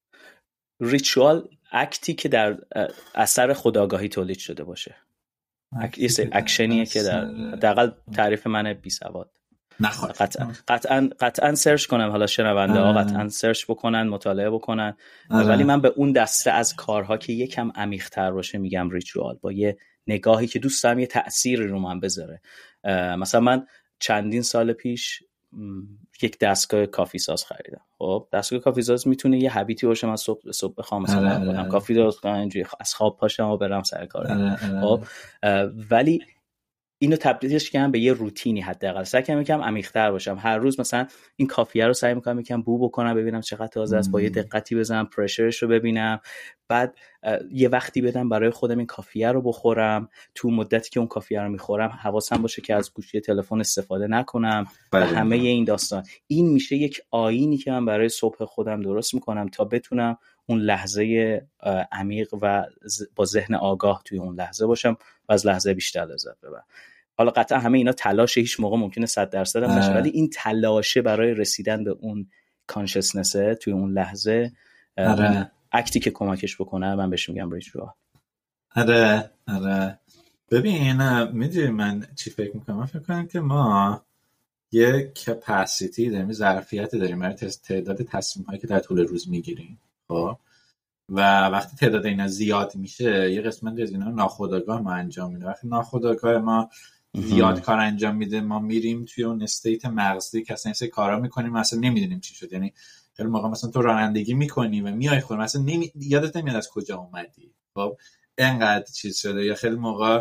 ریچوال اکتی که در اثر خودآگاهی تولید شده باشه، یه سری اکشنیه که در حداقل تعریف من بی سواد. نخواه قطعا قطعا قطعا سرچ کنم، حالا شنونده ها قطعا سرچ بکنن، مطالعه بکنن، ولی من به اون دسته از کارها که یکم عمیق‌تر باشه میگم ریچوال، با یه نگاهی که دوست دارم یه تأثیری رو من بذاره. مثلا من چندین سال پیش یک دستگاه کافی ساز خریدم. خب دستگاه کافی ساز میتونه یه هابیتی باشه، من صبح صبح بخوام مثلا کنم کافی درست کنم، اینجوری از خواب پاشم و برم سر کار. خب ولی اینو تبدیلش کردم به یه روتینی، حداقل سعی کنم یکم عمیق‌تر باشم. هر روز مثلا این کافیه رو سعی می‌کنم یکم بو بکنم، ببینم چقدر تازه است، با یه دقتی بزنم پرشرش رو ببینم، بعد یه وقتی بدم برای خودم این کافیه رو بخورم. تو مدتی که اون کافیه رو می‌خورم حواسم باشه که از گوشی تلفن استفاده نکنم و همه این داستان. این میشه یک آیینی که من برای صبح خودم درست می‌کنم تا بتونم اون لحظه عمیق و با ذهن آگاه توی اون لحظه باشم و از لحظه بیشتر لذت ببرم. حالا قطعا همه اینا تلاشه، هیچ موقع ممکنه صد درصد هم نشه، ولی این تلاشه برای رسیدن به اون کانشسنسه توی اون لحظه، اکتی که کمکش بکنه من بهش میگم ریچوال. آره آره. ببین میدونی من چی فکر میکنم؟ من فکر کنم که ما یه کپاسیتی داریم، ظرفیت داریم برای تعداد تصمیم هایی که در طول روز میگیریم. خب و وقتی تعداد اینا زیاد میشه یه قسمت از اینا ناخودآگاه ما انجام میده. وقتی ناخودآگاه ما زیاد کار انجام میده ما میریم توی اون استیت مغزی که اصلا این سری کارا میکنیم اصلا نمیدونیم چی شد. یعنی خیلی موقع مثلا تو رانندگی میکنی و میای خونه مثلا نمی... یادت نمیاد از کجا اومدی، خب انقدر چیز شده. یا خیلی موقع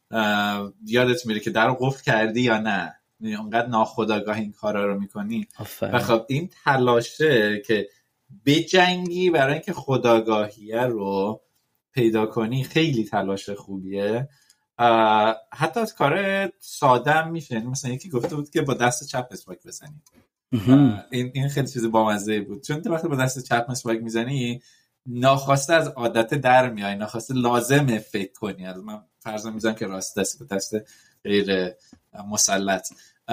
یادت میره که درو قفل کردی یا نه، انقدر ناخودآگاه این کارا رو میکنی. و خب این تلاشه که بجنگی برای اینکه خودآگاهیه رو پیدا کنی خیلی تلاش خوبیه. حتی از کار ساده هم میشه. مثلا یکی گفته بود که با دست چپ مسواک بزنی. این این خیلی چیز بامزه بود، چون تو وقتی با دست چپ مسواک میزنی ناخواسته از عادت در میای، ناخواسته لازمه فکر کنی. از من فرض میزنم که راست دست به دست غیر مسلط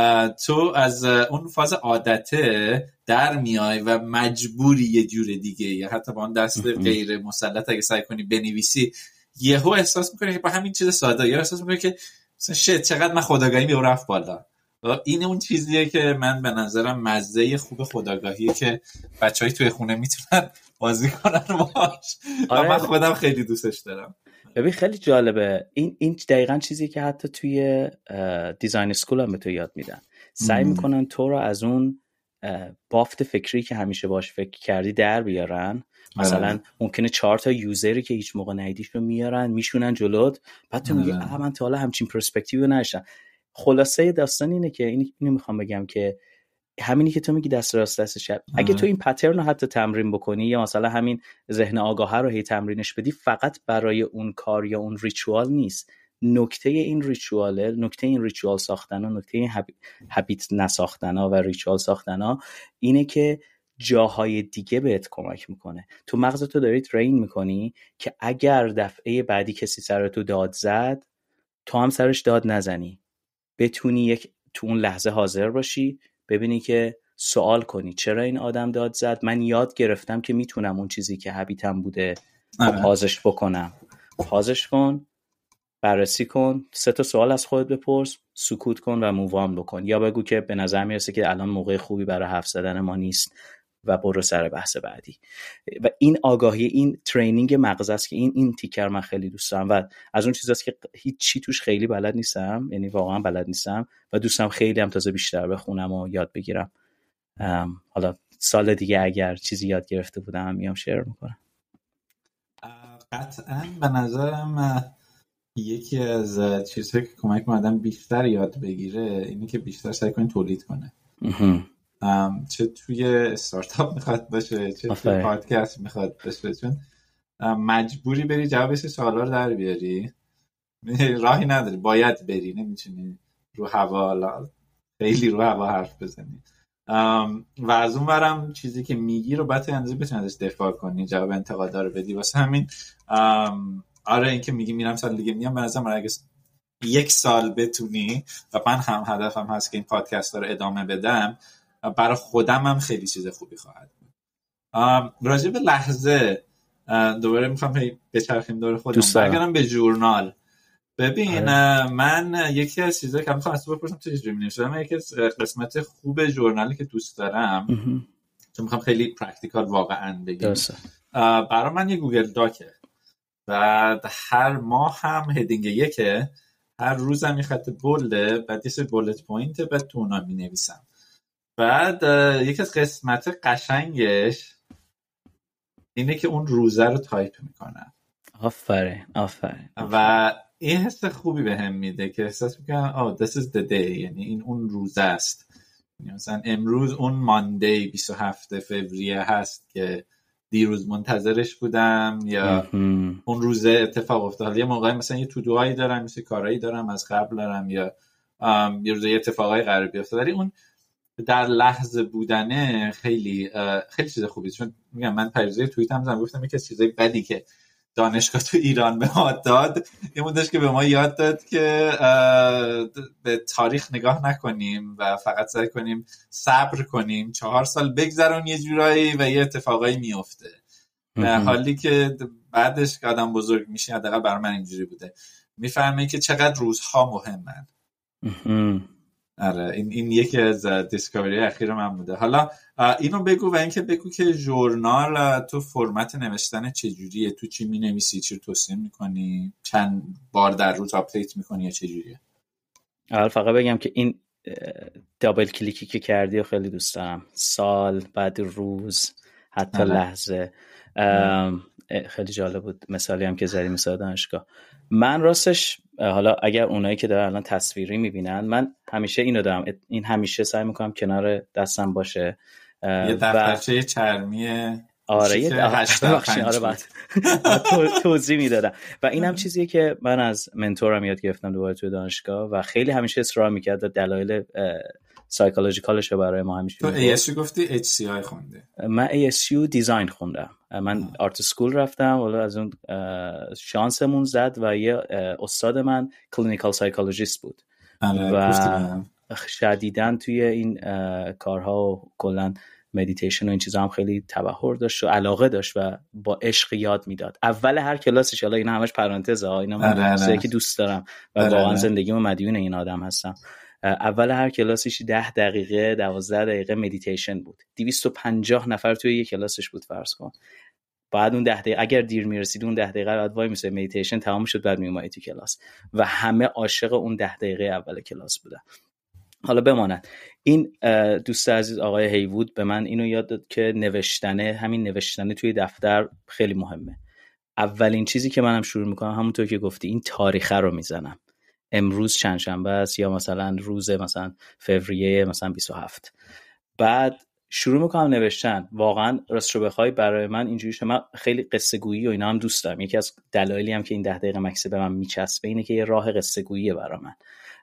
تو از اون فاز عادته در میای و مجبوری یه جور دیگه، یا حتی با اون دست غیر مسلط اگه سعی کنی بنویسی یهو احساس میکنی که با همین چیز ساده یا احساس میکنی که مثلا شت چقدر من خودآگاهی میو رفت بالا. این اون چیزیه که من به نظرم مزه خوب خودآگاهیه که بچهای توی خونه میتونن بازی کنن باش. و من خودم خیلی دوستش دارم. ببین خیلی جالبه، این این دقیقاً چیزی که حتی توی دیزاین اسکول هم به تو یاد میدن. سعی میکنن تو رو از اون بافت فکری که همیشه باش فکر کردی در بیارن. مثلا ممکنه چهار تا یوزری که هیچ موقع ندیدیش رو میارن میشونن جلوت، بعد تو میگی آها من تا حالا همچین پرسپکتیو نداشتم. خلاصه داستان اینه که این اینو میخوام بگم که همینی که تو میگی دست راست دست چپ، اگه تو این پترن رو حتی تمرین بکنی یا مثلا همین ذهن آگاه رو هی تمرینش بدی، فقط برای اون کار یا اون ریچوال نیست. نکته این ریچواله، نکته این ریچوال ساختن و نکته این هابیت نساختن ها و ریچوال ساختن ها اینه که جاهای دیگه بهت کمک میکنه. تو مغزتو داری ترین میکنی که اگر دفعه بعدی کسی سر تو داد زد تو هم سرش داد نزنی، بتونی یک تو اون لحظه حاضر باشی، ببینی که سوال کنی چرا این آدم داد زد، من یاد گرفتم که میتونم اون چیزی که هابیتم بوده پازش بکنم. پازش کن، بررسی کن، سه تا سوال از خودت بپرس، سکوت کن و مووان بکن، یا بگو که به نظر میرسه که الان موقع خوبی برای حرف زدن ما نیست و برو سر بحث بعدی. و این آگاهی، این ترینینگ مغز است که این این تیکر من خیلی دوست دارم و از اون چیزاست که هیچ چی توش خیلی بلد نیستم، یعنی واقعا بلد نیستم و دوستم خیلی هم تازه بیشتر بخونم و یاد بگیرم. حالا سال دیگه اگر چیزی یاد گرفته بودم هم میام شیر میکنم. قطعا به نظرم یکی از چیزهایی که کمک آدم بیشتر یاد بگیره اینی که بیشتر سعی کنه تولید کنه. چه توی استارتاپ میخواد باشه چه توی پادکست میخواد باشه، چون مجبوری بری جواب سوالا رو در بیاری، راهی نداری، باید بری، نمیتونی رو هوا خیلی رو هوا حرف بزنی و از اون برم چیزی که میگی رو باید اندازه بتونی ازش دفاع کنی، جواب انتقادا رو بدی. واسه همین آره این که میگی میرم سال دیگه میام، به نظرم اگه یک سال بتونی و من هم هدفم هست که این پادکست رو ادامه بدم، برای خودم هم خیلی چیز خوبی خواهد بود. راجع به لحظه دوباره میخوام بچرخیم دور خودم، برگردم به ژورنال. ببین آره. من یکی از چیزایی که میخوام از تو بپرسم تو چجوری می‌نویسی، من یکی از قسمت خوب ژورنالی که دوست دارم چون میخوام خیلی پرکتیکال واقعا بگم، برای من یه گوگل داکه و هر ماه هم هدینگ یکه، هر روزم یه خط بولده، بعد یه سری بولت پوینت، بعد تو اونا می‌نویسم. بعد یکی از قسمت قشنگش اینه که اون روزه رو تایپ میکنم. آفرین آفرین. و این حس خوبی به هم میده که احساس میکنم آه this is the day، یعنی این اون روزه است. یعنی مثلا امروز اون ماندی بیست و هفتم فوریه هست که دیروز منتظرش بودم، یا اون روزه اتفاق افتاد. یه موقعی مثلا یه تودوهایی دارم، مثل کارهایی دارم از قبل دارم، یا یه روزه یه اتفاقای قرار بیفته، ولی اون در لحظه بودنه خیلی خیلی چیز خوبیه. چون میگم من پیروزی توییتم زدم گفتم یکی از چیزای بدی که دانشگاه تو ایران به ما داد این بودش که به ما یاد داد که به تاریخ نگاه نکنیم و فقط سعی کنیم صبر کنیم، چهار سال بگذرون یه جورایی و یه اتفاقایی میفته. در حالی که بعدش که آدم بزرگ میشه، حداقل برای من اینجوری بوده، میفهمی که چقدر روزها مهمن. آره این این یکی از دیسکاوری اخیر من بوده. حالا اینو بگو و اینکه بگو که ژورنال تو فرمت نوشتن چجوریه، تو چی مینویسی، چی رو توصیه میکنی، چند بار در روز آپدیت میکنی یا چجوریه؟ اول فقط بگم که این دابل کلیکی که کردی و خیلی دوست دارم، سال بعد روز حتی آره. لحظه خیلی جالب بود. مثالی هم که زدی مثال دانشگاه. من راستش حالا اگر اونایی که دارن الان تصویری میبینن، من همیشه اینو دارم، این همیشه سعی میکنم کنار دستم باشه یه دفترچه و... چرمی آره یه آره بعد توضیح میدادم و این هم چیزیه که من از منتورم یاد گرفتم دوباره توی دانشگاه و خیلی همیشه اصرار میکرد و دلایل سایکولوژیکالش برای ما همیشه. تو ای اس یو گفتی اچ سی آی خونده؟ من ای اس یو دیزاین خوندم. من آرت اسکول رفتم، ولی از اون شانسمون زد و یه استاد من کلینیکال سایکولوژیست بود و شدیداً توی این کارها و کلاً مدیتیشن و این چیزا هم خیلی تبحر داشت و علاقه داشت و با عشق یاد میداد. اول هر کلاسش، حالا اینا همش پرانتزه ها، اینا من چیزایی که دوست دارم و واقعا زندگیمو مدیون این آدم هستم. اول هر کلاسش ده دقیقه دوازده دقیقه مدیتیشن بود. دویست و پنجاه نفر توی یک کلاسش بود فرض کن. بعد اون ده دقیقه اگر دیر میرسید اون ده دقیقه بعد وای میسه مدیتیشن تمام شد، بعد میومد تو کلاس و همه عاشق اون ده دقیقه اول کلاس بودن. حالا بماند این دوست عزیز آقای هیوود به من اینو یاد داد که نوشتنه، همین نوشتنه توی دفتر خیلی مهمه. اولین چیزی که منم شروع میکنم همونطور که گفتی این تاریخه رو میزنم. امروز چند شنبه است یا مثلا روز مثلا فوریه مثلا بیست و هفت، بعد شروع میکنم نوشتن. واقعا راست رو بخوای برای من اینجوری شد، من خیلی قصه گویی و اینا هم دوست دارم. یکی از دلایلی هم که این ده دقیقه مکس به من میچسبه اینه که یه راه قصه گوییه برای من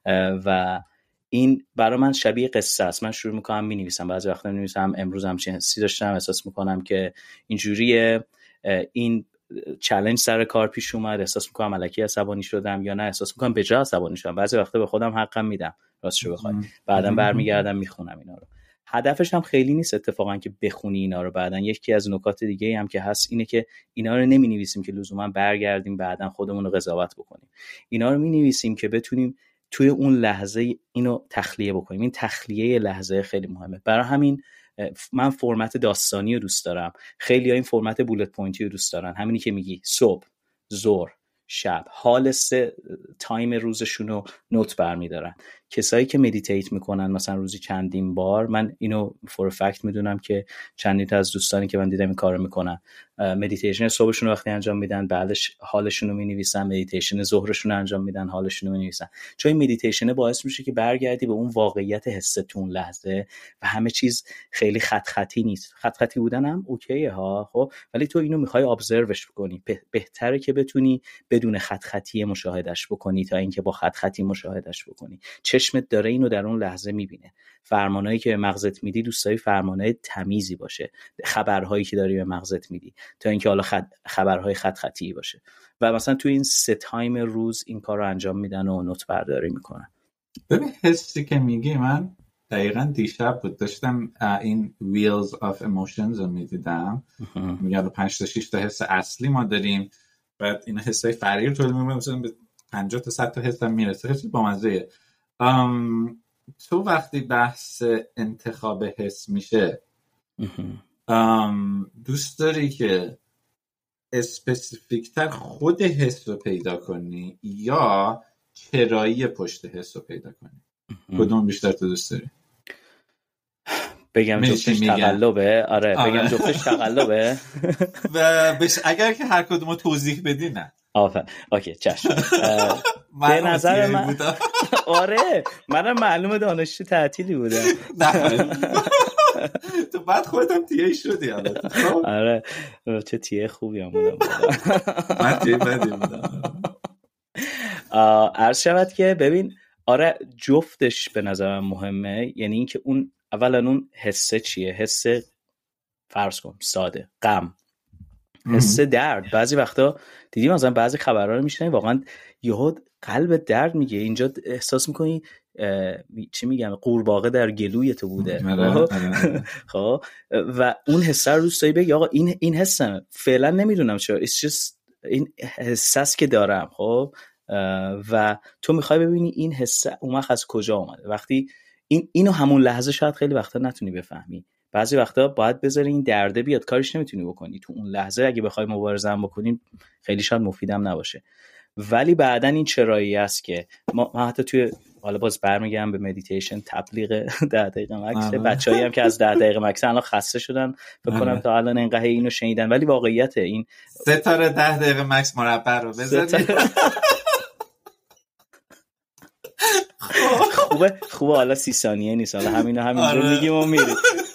و این برای من شبیه قصه است. من شروع میکنم مینویسم، بعضی وقتا مینویسم امروز همچین حسی داشتم، احساس میکنم که اینجوریه، این چالش سر کار پیش اومد، احساس میکنم الکی عصبانی شدم یا نه احساس میکنم به جا عصبانی شدم. بعضی وقتا به خودم حقم میدم راستش بخوای، بعدم برمیگردم میخونم اینا رو. هدفش هم خیلی نیست اتفاقا که بخونی اینا رو بعدن. یکی از نکات دیگه هم که هست اینه که اینا رو نمی‌نویسیم که لزوما برگردیم بعدن خودمون رو قضاوت بکنیم. اینا رو می‌نویسیم که بتونیم توی اون لحظه اینو تخلیه بکنیم. این تخلیه لحظه خیلی مهمه. برای همین من فرمت داستانی رو دوست دارم. خیلی‌ها این فرمت بولت پوینتی رو دوست دارن. همینی که میگی صبح، ظهر، شب، حال سه تایم روزشون رو نوت برمیدارن. کسایی که مدیتیت میکنن مثلا روزی چندین بار، من اینو فور فکت میدونم که چندین تا از دوستانی که من دیدم این کارو میکنن، مدیتیشن صبحشون رو وقتی انجام میدن بعدش حالشون رو مینویسن، مدیتیشن ظهرشون رو انجام میدن حالشون رو مینویسن. چون این مدیتیشن باعث میشه که برگردی به اون واقعیت حستون لحظه و همه چیز خیلی خط خطی نیست. خط خطی بودن هم اوکیه ها، خب ولی تو اینو میخوای ابزروش بکنی. بهتره که بتونی بدون خط خطی مشاهدهش بکنی تا اینکه با خط خطی مشاهدهش بکنی. چه چشمت داره اینو در اون لحظه میبینه. فرمانایی که به مغزت میدی دوست داری فرمانای تمیزی باشه، خبرهایی که داری به مغزت میدی، تا اینکه حالا خد... خبرهای خط خطی باشه. و مثلا تو این سه تایم روز این کار رو انجام میدن و نوت برداری میکنن. ببین حسی که میگی من دقیقا دیشب بود داشتم این Wheels of Emotions رو میدیدم. میگه پنج تا شش تا حس اصلی ما داریم، بعد این حسای فرعی رو تولید می‌کنیم، مثلا به پنجاه تا صد تا حس هم میرسه. خیلی بامزه. ام تو وقتی بحث انتخاب حس میشه ام دوست داری که اسپسیفیک تر خود حس رو پیدا کنی یا چرایی پشت حس رو پیدا کنی؟ کدوم بیشتر تو دوست داری؟ بگم جفتش تقلبه؟ آره, آره. بگم جفتش تقلبه. و بش... اگر که هر کدومو توضیح بدی نه. آفر اوکی چشم. به نظر من آره منم معلومه دانشجو تعطیلی بودم. تو بعد خودت هم تیه شدی البته. آره چه تیه خوبی هم بودم. من تیه بدی بودم. عرض شود که ببین آره جفتش به نظرم مهمه. یعنی اینکه اون اولا اون حسه چیه؟ حسه فرض کن ساده غم، حس درد. بعضی وقتا دیدیم مثلا بعضی خبرها رو میشنوی واقعا یهو قلب درد میگه، اینجا احساس میکنی چی میگم قورباغه در گلوی تو بوده. خب و اون حس رو دوست داری بگی آقا این این حسم فعلا نمیدونم چرا it's just این حساس که دارم. خب و تو میخوای ببینی این حس اون از کجا اومده. وقتی این اینو همون لحظه شاید خیلی وقتا نتونی بفهمی، بعضی وقتا باید بذاری این درده بیاد، کارش نمیتونی بکنی تو اون لحظه. اگه بخوای مبارزه هم بکنین خیلی شاید مفیدم نباشه، ولی بعدن این چرایی است که ما, ما حتی توی حالا باز برمیگردم به مدیتیشن تبلیغ ده دقیقه مکس. بچه‌ای هم که از ده دقیقه مکس الان خسته شدن فکر کنم تا الان اینقدر اینو شنیدن، ولی واقعیت این ستاره ده دقیقه مکس مربع رو بزنید. خوبه خوبه حالا سی ثانیه نیست، حالا همینو همینجا میگیم و میریم.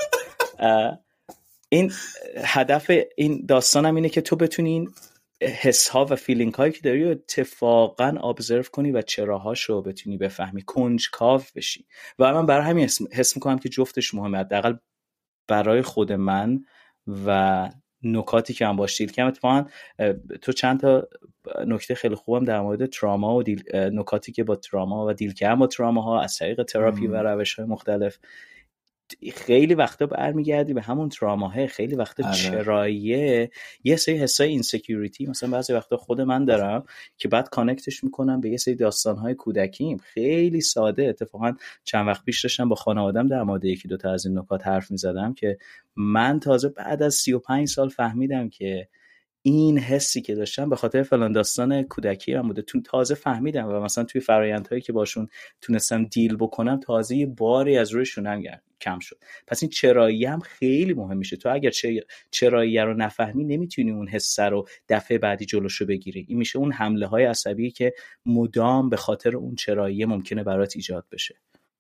این هدف این داستانم اینه که تو بتونی این حس ها و فیلینگ هایی که داری اتفاقا ابزرو کنی و چراهاشو بتونی بفهمی، کنجکاو بشی. و من برای همین حس میکنم که جفتش مهمه، حداقل برای خود من و نکاتی که من باش دیل کردم. اتفاقا تو چند تا نکته خیلی خوبم در مورد تراما و دیل... نکاتی که با تراما و دیل کردن با تراما ها از طریق تراپی و روش های مختلف خیلی وقتا برمیگردی به همون تراماها. خیلی وقتا چراییه یه سری حسای اینسکیوریتی مثلا بعضی وقتا خود من دارم که بعد کانکتش میکنم به یه سری داستانهای کودکیم خیلی ساده. اتفاقا چند وقت پیش داشتم با خانواده‌ام در مورد یکی دو تا از این نکات حرف میزدم که من تازه بعد از سی و پنج سال فهمیدم که این حسی که داشتم به خاطر فلان داستان کودکی من بوده. تو تازه فهمیدم و مثلا توی فرآیندهایی که باشون تونستم دیل بکنم تازه یه باری از روی شونم کم شد. پس این چرایی هم خیلی مهم میشه. تو اگر چرایی رو نفهمی نمیتونی اون حس رو دفعه بعدی جلوشو بگیری. این میشه اون حمله های عصبی که مدام به خاطر اون چرایی ممکنه برات ایجاد بشه.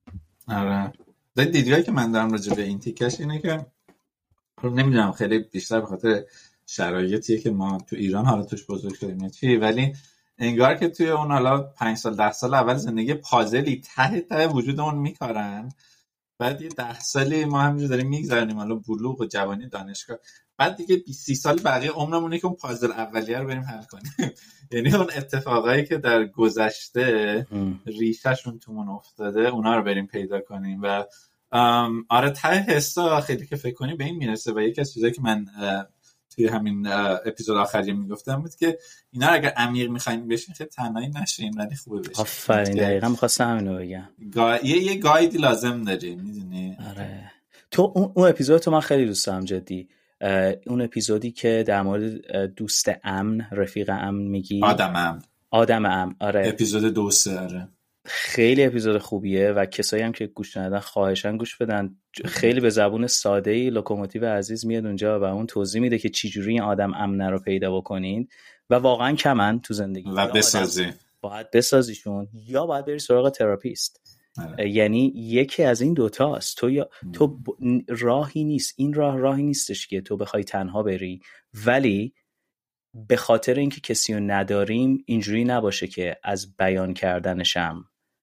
آره. و دیدگاهی که من دارم راجع به این تیکش اینه که نمیدونم خیلی بیشتر به خاطر شرایطیه که ما تو ایران حالا توش بزرگ شدیم چی، ولی انگار که توی اون حالا پنج سال ده سال اول زندگی پازلی ته ته وجودمون میکارن، بعد یه ده سالی ما همینجور داریم میگذرونیم حالا بلوغ و جوانی دانشگاه، بعد دیگه بیست سی سال بقیه عمرمونه که اون پازل اولیه رو بریم حل کنیم. یعنی اون اتفاقایی که در گذشته ریشه‌شون تومون افتاده اونا رو بریم پیدا کنیم. و آره ته حسا خیلی که فکر کنیم به این میرسه. و یکی از چیزایی که من توی همین اپیزود آخری میگفتم بود که اینا رو اگر عمیق میخواین بشین خیلی تنهایی نشین ولی خوبه بشین. آفرین دقیقاً می‌خواستم همینو بگم. گا... یه یه گایدی لازم داری میدونی. آره تو اون, اون اپیزود تو من خیلی دوست دارم جدی. اون اپیزودی که در مورد دوست امن رفیق امن میگی آدم امن آدم امن آره اپیزود دو سه آره خیلی اپیزود خوبیه و کسایی هم که گوش ندادن خواهشاً گوش بدن. خیلی به زبون ساده‌ای لوکوموتیو عزیز میاد اونجا و اون توضیح میده که چی جوری این آدم امن رو پیدا بکنین و واقعاً کمن تو زندگی و بسازی. باید بسازیشون یا باید بری سراغ تراپیست. یعنی یکی از این دوتاست. تو یا تو ب... راهی نیست این راه راهی نیستش که تو بخوای تنها بری، ولی به خاطر اینکه کسی رو نداریم اینجوری نباشه که از بیان کردنشم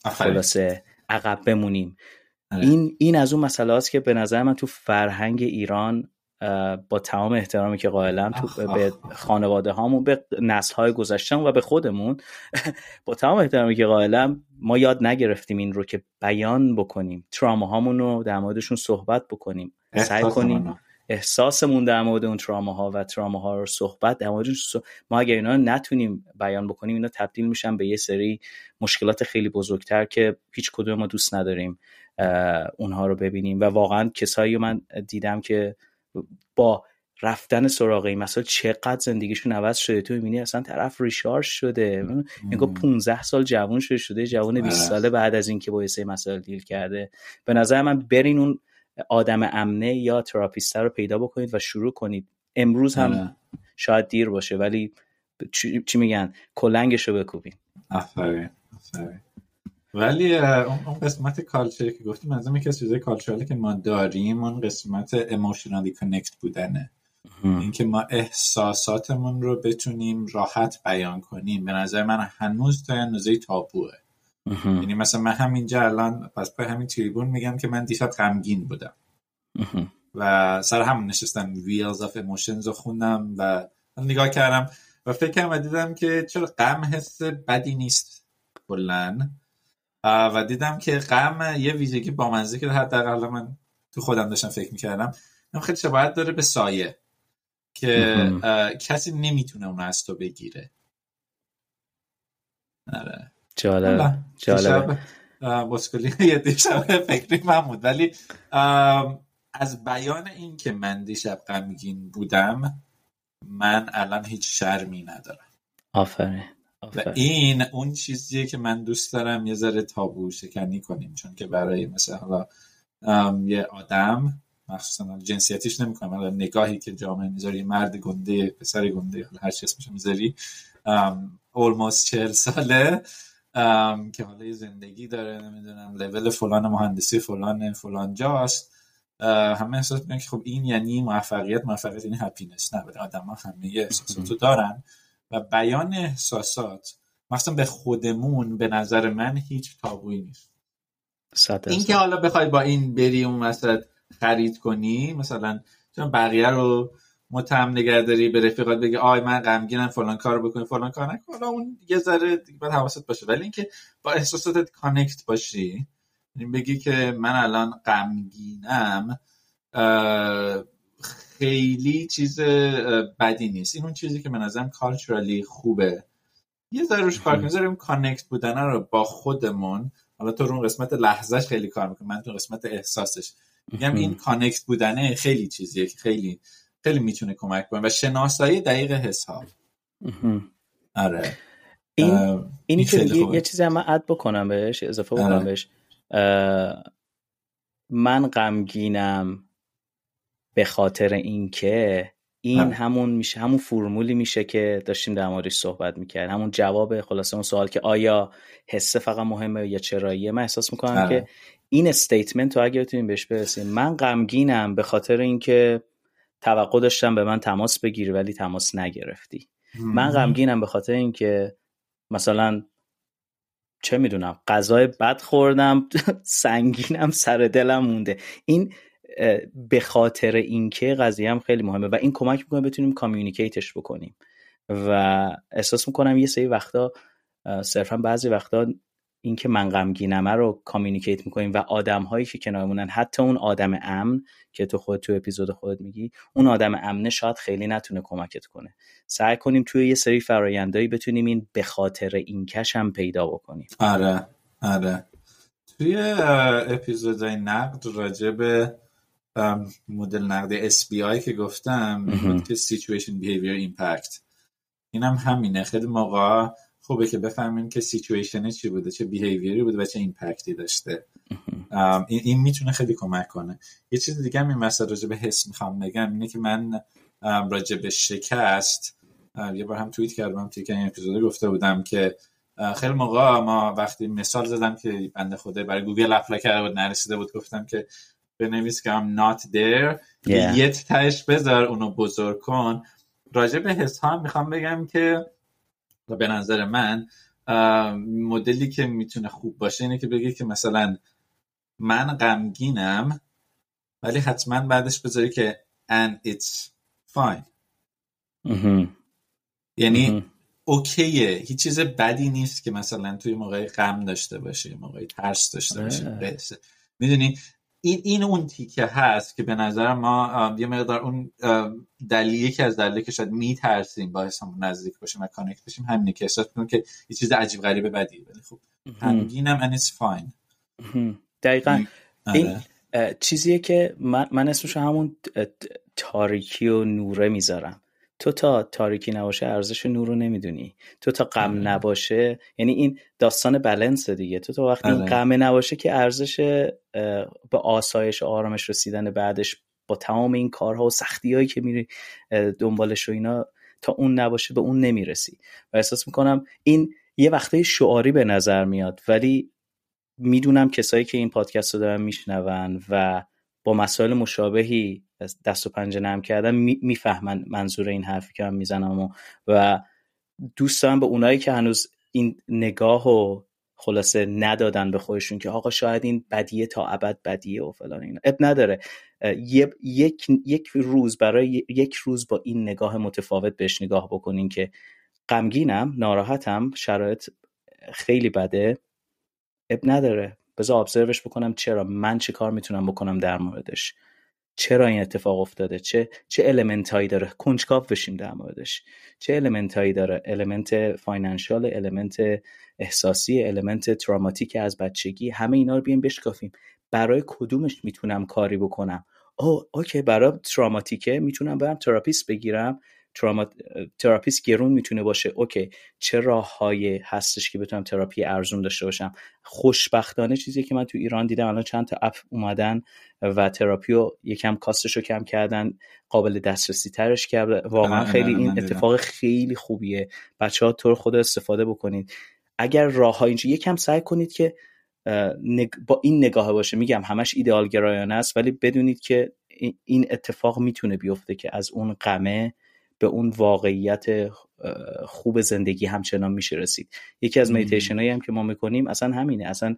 خلاصه عقب بمونیم. این این از اون مسئله‌است که به نظر من تو فرهنگ ایران با تمام احترامی که قائلم تو به خانواده هامون، به نسل های گذشته‌مون و به خودمون با تمام احترامی که قائلم ما یاد نگرفتیم این رو که بیان بکنیم، تراما هامون رو در موردشون صحبت بکنیم، سعی کنیم احساسمون در مورد اون تراما ها و تراما ها رو صحبت در موردش. ما اگر اینا نتونیم بیان بکنیم، اینا تبدیل میشن به یه سری مشکلات خیلی بزرگتر که هیچ کدوم ما دوست نداریم اونها رو ببینیم. و واقعا کسایی من دیدم که با رفتن سراغ این مسائل چقدر زندگیشون عوض شده. تو میبینی اصلا طرف ریشارژ شده، انگار پونزده سال جوان شده شده جوان بیست ساله بعد از اینکه با این مسائل دیل کرده. به نظر من برین اون آدم امنه یا تراپیست رو پیدا بکنید و شروع کنید. امروز هم آه. شاید دیر باشه، ولی چی, چی میگن کلنگشو بکوبین. آفرین آفرین. ولی اون قسمت کالچر که گفتیم، از همین که چیزای کالچرالی که ما داریم، اون قسمت ایموشنالی کانکت بودنه، اینکه ما احساساتمون رو بتونیم راحت بیان کنیم، به نظر من هنوز تا اندازه تابوه. یعنی مثلا من همینجا الان پس به همین تریبون میگم که من دیشب غمگین بودم و سر همون نشستم Wheels of Emotions رو خوندم و نگاه کردم و فکر کردم و دیدم که چرا غم حس بدی نیست کلاً، و دیدم که غم یه ویژگی بامزه که حداقل من تو خودم داشتم فکر میکردم، اون خیلی شباهت داره به سایه که کسی نمیتونه اون از تو بگیره. آره جالب جالب. بسکولی یه دیشب فکری من بود، ولی از بیان این که من دیشب غمگین بودم من الان هیچ شرمی ندارم. آفرین. و این اون چیزیه که من دوست دارم یه ذره تابو شکنی کنیم، چون که برای مثلا حالا یه آدم مخصوصا جنسیتیش نمی‌کنم، حالا نگاهی که جامعه میذاری مرد گنده پسر گنده هر چی اسمش میذاری almost چهل ساله که حالا یه زندگی داره، نمیدونم لول فلان مهندسی فلان فلان جاست، همه احساس میکنن که خب این یعنی موفقیت موفقیت یعنی هپینس. نه، آدم‌ها همه احساساتو دارن و بیان احساسات مثلا به خودمون به نظر من هیچ تابویی نیست. این که حالا بخوای با این بری اون مثلا خرید کنی، مثلا چون بقیه رو متهم نگهداری، به رفیقات بگی آی من غمگینم فلان کارو بکنی فلان کار نکن، حالا اون یه ذره باید حواست باشه. ولی اینکه با احساساتت کانکت باشی، یعنی بگی که من الان غمگینم، خیلی چیز بدی نیست. این اون چیزی که من ازم کالچورالی خوبه، یه ذره روش کار کنیم، ذره اون کانکت بودن رو با خودمون. حالا تو اون قسمت لحظهش خیلی کار میکنه، من تو قسمت احساسش میگم این کانکت بودنه خیلی چیزیه که خیلی خیلی میتونه کمک کنه و شناسایی دقیق حس ها. آره این اینی که یه چیزی هم من اد بکنم بهش، اضافه بکنم بهش، من غمگینم به خاطر اینکه این هم. همون میشه، همون فرمولی میشه که داشتیم در موردش صحبت میکرد، همون جواب خلاصه اون سوال که آیا حس فقط مهمه یا چراییه. من احساس میکنم هم. که این استیتمنت رو اگه بتونیم بهش برسیم، من غمگینم به خاطر اینکه توقع داشتم به من تماس بگیری ولی تماس نگرفتی. هم. من غمگینم به خاطر اینکه مثلا چه میدونم غذای بد خوردم سنگینم سر دلم مونده. این به خاطر اینکه قضیه هم خیلی مهمه و این کمک میکنه بتونیم کامیونیکیتش بکنیم. و احساس میکنم یه سری وقتا صرفا بعضی وقتا اینکه من غمگینمه رو کامیونیکیت میکنیم و آدم هایی که کنارمونن، حتی اون آدم امن که تو خود تو اپیزود خودت میگی، اون آدم امنه شاید خیلی نتونه کمکت کنه. سعی کنیم توی یه سری فرآیندایی بتونیم این به خاطر این کش هم پیدا بکنیم. آره آره. توی اپیزودهای نقد راجع به مدل نقد اس بی آی که گفتم که situation behavior impact، اینم هم همینه. خیلی موقع خوبه که بفهمیم که سیچویشن چی بوده، چه بیهیویری بوده و چه ایمپکتی داشته. این, این میتونه خیلی کمک کنه. یه چیز دیگه هم این مسئله راجع به حس میخوام بگم اینه که من راجع به شکست یه بار هم توییت کردم توی این اپیزود گفته بودم که خیلی موقع ما وقتی مثال زدم که بنده خدا برای گوگل اپلای کرده بود نرسیده بود، گفتم که بنویس که I'm not there yeah. یه تایش بذار اونو بزرگ کن. راجع به حس ها میخوام بگم که به نظر من مدلی که میتونه خوب باشه اینه که بگی که مثلا من غمگینم ولی حتما بعدش بذاری که and it's fine. یعنی اوکیه، هیچ چیز بدی نیست که مثلا توی موقع غم داشته باشه، موقع ترس داشته باشه. میدونی این این اون تیکه هست که به نظر ما یه مقدار اون دلیلی که از دلیلی که شاید میترسیم باعث همون نزدیک باشیم و کانکت بشیم همینه که احساس کنیم که یه چیز عجیب غریبه بدیه، ولی خب همگینم and it's fine. دقیقاً این چیزیه که من, من اسمشو همون تاریکی و نوره میذارم. تو تا تاریکی نباشه ارزش نور رو نمیدونی، تو تا غم نباشه، یعنی این داستان بالانس دیگه، تو تا وقتی این غم نباشه که ارزش به آسایش و آرامش رسیدن بعدش با تمام این کارها و سختی‌هایی که میری دنبالش و اینا، تا اون نباشه به اون نمیرسی. و احساس میکنم این یه وقته شعاری به نظر میاد، ولی میدونم کسایی که این پادکست رو دارن میشنون و با مسائل مشابهی دست و پنجه نرم کردن میفهمن منظور این حرفی که من میزنم و, و دوست دارم به اونایی که هنوز این نگاه و خلاصه ندادن به خودشون که آقا شاید این بدیه تا ابد بدیه و فلان اینا، اب نداره. یک یک روز برای یک روز با این نگاه متفاوت بهش نگاه بکنین که غمگینم، ناراحتم، شرایط خیلی بده، اب نداره، بذار ابزروش بکنم چرا، من چه کار میتونم بکنم در موردش، چرا این اتفاق افتاده، چه چه المنت هایی داره، کنجکاو بشیم در موردش، چه المنت هایی داره، المنت فاینانشال، المنت احساسی، المنت تروماتیک از بچگی، همه اینا رو بیایم بشکافیم، برای کدومش میتونم کاری بکنم. او اوکی، برای تروماتیکه میتونم برم تراپیست بگیرم، تراما تراپیست گرون میتونه باشه، اوکی چه راههایی هستش که بتونم تراپی ارزون داشته باشم. خوشبختانه چیزی که من تو ایران دیدم الان چند تا اپ اومدن و تراپیو یکم کاستشو کم کردن، قابل دسترسی ترش کرد، واقعا خیلی این اتفاق خیلی خوبیه. بچه‌ها تو رو خدا استفاده بکنید. اگر راه‌ها اینجوری یکم سعی کنید که با این نگاه باشه، میگم همش ایدئال گرایانه است، ولی بدونید که این اتفاق میتونه بیفته که از اون غمه به اون واقعیت خوب زندگی همچنان میشه رسید. یکی از مدیتیشن هایی هم که ما میکنیم اصلا همینه، اصلا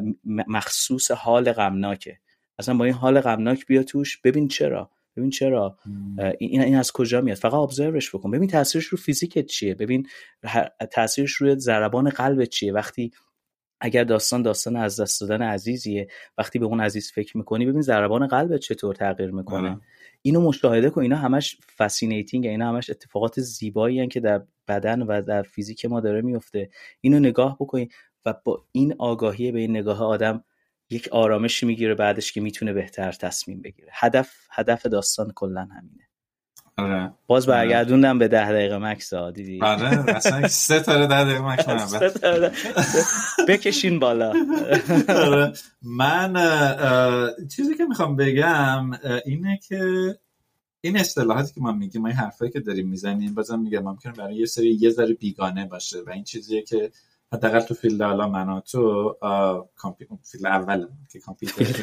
مخصوص حال غمناکه، اصلا با این حال غمناک بیا توش، ببین چرا ببین چرا این این از کجا میاد، فقط ابزروش بکن، ببین تاثیرش رو فیزیکت چیه، ببین تاثیرش روی ضربان قلبت چیه. وقتی اگر داستان داستان از دست دادن عزیزیه، وقتی به اون عزیز فکر میکنی ببین ضربان قلبت چطور تغییر میکنه. آه. اینو مشاهده کن، اینا همش فاسینیتینگ، اینا همش اتفاقات زیبایی هستن که در بدن و در فیزیک ما داره میفته. اینو نگاه بکنی و با این آگاهی به این نگاه آدم یک آرامشی میگیره بعدش که میتونه بهتر تصمیم بگیره. هدف هدف داستان کلا همینه. آره. باز برگردوندم به ده دقیقه مکس ها، دیدی؟ آره اصلا سه تا ده دقیقه مکس من بکشین بالا. آره. من چیزی که میخوام بگم اینه که این اصطلاحاتی که ما میگیم، این حرفایی که داریم میزنیم، بازم میگم ممکنه برای یه سری یه ذره بیگانه باشه و این چیزیه که حداقل تو فیلد حالا من و تو کامپیوتر فیلد اول که کامپیوتر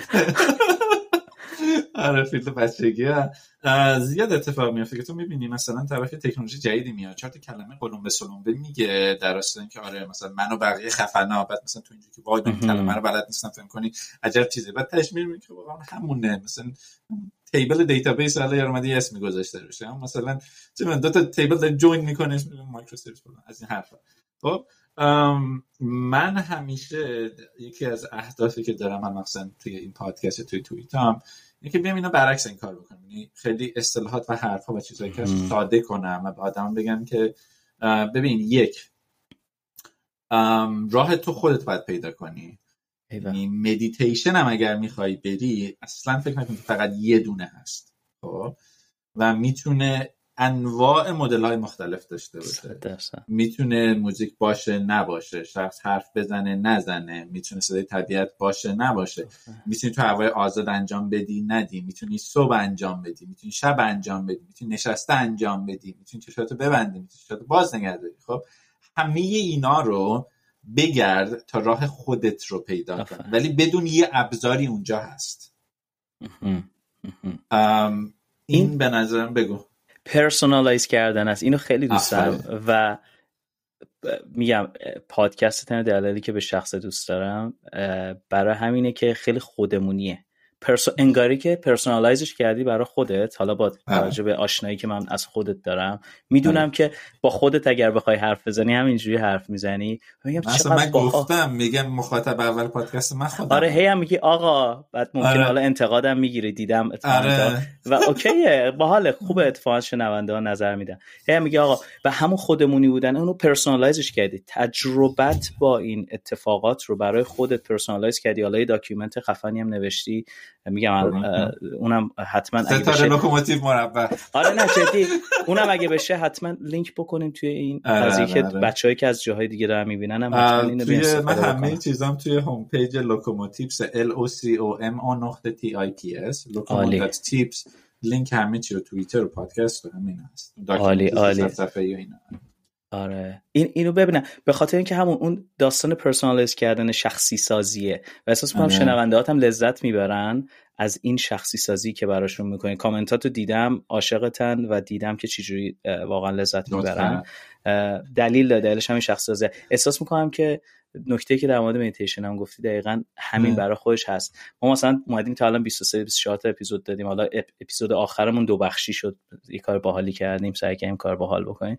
آره فیلد بچگی زیاد اتفاق میفته که تو میبینی مثلا طرف تکنولوژی جدیدی میاد، چهار تا کلمه قلم به سلمبه میگه در اصل اینکه آره مثلا من و بقیه خفنا، بعد مثلا تو اینجوری که وای من کلمه رو بلد نیستم فهم کنی عجب چیزه، بعد تشمیل میگه واقعا همونه، مثلا تیبل دیتابیس حالا یارو اومده اسم گذاشته روشه، مثلا چه من دو تا تیبل داره جوین میکنه اسم مایکرو سرویس بود از این حرفا. خب من همیشه یکی از اهدافی که دارم من مثلا توی این پادکست توی توییتام اینه که بیام اینا برعکس این کار بکنم، یعنی خیلی اصطلاحات و حرفا و چیزایی که ساده کنم و به آدم بگم که ببین یک راه تو خودت باید پیدا کنی. یعنی مدیتیشن هم اگر میخوای بری اصلا فکر نکن که فقط یه دونه هست، خب و میتونه انواع مدل‌های مختلف داشته باشه. میتونه موزیک باشه نباشه، شخص حرف بزنه نزنه، میتونه صدای طبیعت باشه نباشه، میتونی تو هوای آزاد انجام بدی ندی، میتونی صبح انجام بدی، میتونی شب انجام بدی، میتونی نشسته انجام بدی، میتونی چشاتو ببندی، میتونی چشاتو باز نگه داری. خب همه اینا رو بگرد تا راه خودت رو پیدا کن، ولی بدون یه ابزاری اونجا هست. این به نظرم بگو پرسونالایز کردن است، اینو خیلی دوست دارم و میگم پادکست تن دلالی که به شخص دوست دارم برای همینه که خیلی خودمونیه. پرسو انگاری که پرسونالایزش کردی برای خودت. حالا با توجه به آشنایی که من از خودت دارم میدونم که با خودت اگر بخوای حرف بزنی همینجوری حرف میزنی. میگم مثلا من گفتم میگم مخاطب اول پادکست من خودم. آره هی هم میگی آقا، بعد ممکنه آره. حالا انتقادم میگیری دیدم آره. و اوکیه باحال خوبه، اتفاقا شنونده ها نظر میدن. هی هم میگی آقا و همون خودمونی بودن اونو پرسونالایزش کردی، تجربت با این اتفاقات رو برای خودت پرسونالایز کردی. حالا یه داکیومنت خفنی هم نوشتی، میگم اونم حتما اگه بشه لوکوموتیو مربع. آره نه جدی اونم اگه بشه حتما لینک بکنیم توی این قضیه که بچه‌ای که از جاهای دیگه دارن میبینن هم حتما اینو توی من همه چیزام توی هوم پیج لوکوموتیوس ال او سی او ام او نقطه تی آی تی اس locomotives لینک همه چی رو توییتر و پادکست و همین هست. عالی عالی صفحه اینا. آره این اینو ببینم به خاطر اینکه همون اون داستان پرسونالایز کردن شخصی سازیه و احساس می‌کنم شنونده‌هات هم لذت میبرن از این شخصی سازی که براشون میکنی. کامنتاتو دیدم عاشقتن و دیدم که چجوری واقعا لذت میبرن. دلیل داره، دلیلش همین شخصی سازی. احساس میکنم که نکته که در مورد مدیتیشن هم گفتی دقیقاً همین برای خودش هست. ما مثلا اومدیم تا الان بیست و سه بیست و چهار تا اپیزود دادیم، حالا اپیزود آخرمون دو بخشی شد، یه کار باحالی کردیم، سعی کردیم کار باحال بکنیم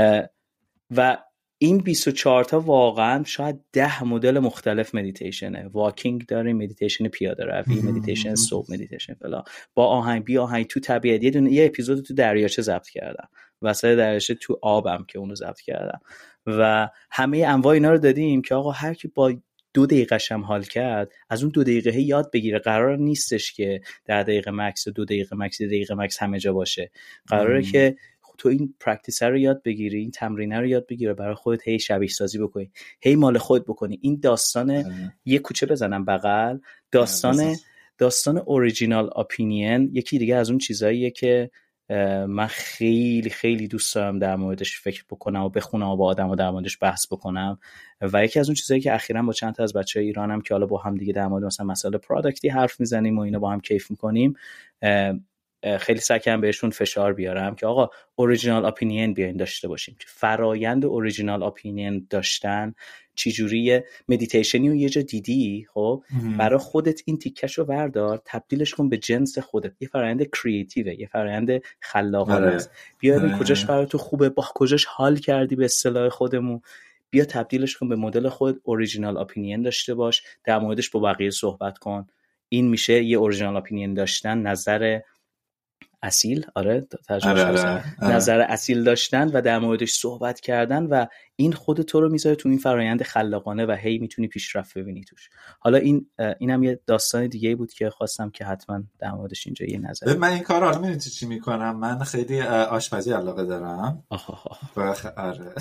و این بیست و چهار تا واقعا شاید ده مدل مختلف مدیتیشنه. واکینگ داریم، مدیتیشن پیاده روی، مدیتیشن صبح، مدیتیشن فلا، با آهنگ بی آهنگ تو طبیعت. یه دونه یه اپیزود تو دریاچه ضبط کردم، وسط دریاچه تو آبم که اونو ضبط کردم و همه انواع اینا رو دادیم که آقا هر کی با دو دقیقه شم حال کرد از اون دو دقیقه یاد بگیره. قرار نیستش که ده دقیقه مکس و دو دقیقه مکس دو دقیقه مکس همه جا باشه. قراره ام. که تو این پرکتیس رو یاد بگیری، این تمرین رو یاد بگیری، برای خودت هی شبیه سازی بکنی، هی مال خود بکنی. این داستان ام. یه کوچه بزنم بغل، داستان داستان اوریجینال اپینین یکی دیگه از اون چیزاییه که من خیلی خیلی دوست دارم در موردش فکر بکنم و بخونم و با آدم و در موردش بحث بکنم و یکی از اون چیزایی که اخیراً با چند تا از بچهای ایرانم که حالا با هم دیگه در مورد مثلا مسائل پروداکتی حرف میزنیم و اینا با هم کیف میکنیم، خیلی سعی کردم بهشون فشار بیارم که آقا اوریجینال اپینین بیاین داشته باشیم. فرایند اوریجینال اپینین داشتن چجوریه؟ مدیتیشنی رو یه جا دیدی، خب برای خودت این تیکش رو بردار، تبدیلش کن به جنس خودت. یه فرایند کریتیوه، یه فرایند خلاقانه است. بیا ببین کجاش برای تو خوبه، با کجاش حال کردی به اصطلاح خودمون، بیا تبدیلش کن به مدل خود. اوریجینال اپینین داشته باش، در موردش با بقیه صحبت کن. این میشه یه اوریجینال اپینین داشتن، نظر اصیل. آره ترجمه آره، آره، آره. نظر اصیل داشتن و در موردش صحبت کردن و این خود تو رو میذاره تو این فرایند خلاقانه و هی میتونی پیشرفت ببینی توش. حالا این اینم یه داستان دیگه بود که خواستم که حتما در موردش اینجا یه نظر. من این کارو حالا میدونی چی میکنم؟ من خیلی آشپزی علاقه دارم. بخ آره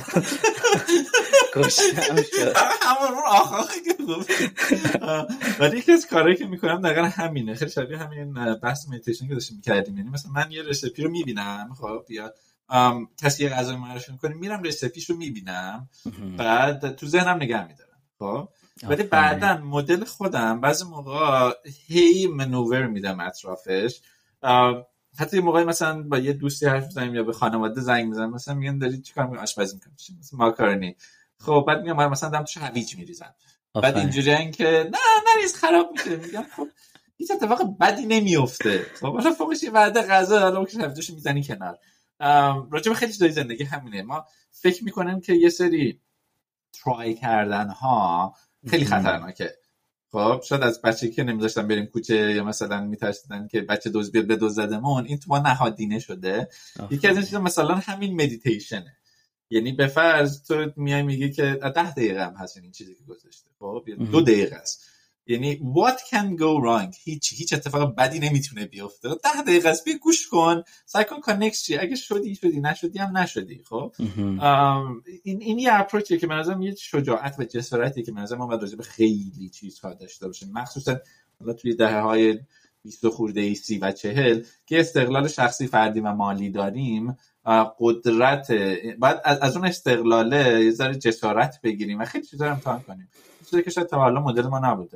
گوشتم شد همون آخه که گفت. ولی یکی از کارهایی که میکنم دقیقاً همینه، خیلی شبیه همین بحث مدیتیشن که داشتیم می‌کردیم. یعنی مثلا من یه رسیپی رو میبینم، خب یا کسی یه غذای معرفی میکنه، میرم رسیپیش رو میبینم، بعد تو ذهنم نگه میدارم. خب ولی بعداً مدل خودم بعضی موقع هی منور میدم اطرافش. حتی یه موقعی مثلا با یه دوستی حرف میزنیم یا به خانواده زنگ میزنم، مثلا میگن داری چیکار میکنی؟ آشپزی میکنی؟ مثلا ماکارونی. خب بعد میگم مثلا دارم توش هویج میریزم. بعد اینجوریه که نه نریز خراب میشه. میگم خب هیچ اتفاق بدی نمیفته. خب حالا فوقش یه وعده غذا، حالا که هویجش میزنی کنار. راجع به خیلی چیزای زندگی همینه. ما فکر میکنیم که یه سری ترای کردن ها خیلی خطرناکه. خب شاید از بچگی که نمیذاشتن بریم کوچه یا مثلا میترسیدن که بچه دوز بیاد به دوز زدمون، این تو ما نهادینه شده. یکی از این چیزا مثلا همین مدیتیشنه. یعنی به فرض تو میای میگی که ده دقیقه هم هست این چیزی که گذاشته، خب یا دو دقیقه است، یعنی what can go wrong، هیچ هیچ اتفاق بدی نمیتونه بیفته. ده دقیقه است، بیا گوش کن، سعی کن کانکت شی. اگه شدی شدی، نشدی هم نشدی. خب این این یه اپروچیه که من ازم یه شجاعت و جسارتی که من ازم اومد راجع به خیلی چیزها داشته باشه، مخصوصا حالا توی دهه‌های بیست خورده ای سی و چهل که استقلال شخصی فردی و مالی داریم، قدرت بعد از اون استقلاله یه ذره جسارت بگیریم و خیلی چیزا رو امتحان کنیم، چیزی که شاید تا حالا مدل ما نبوده.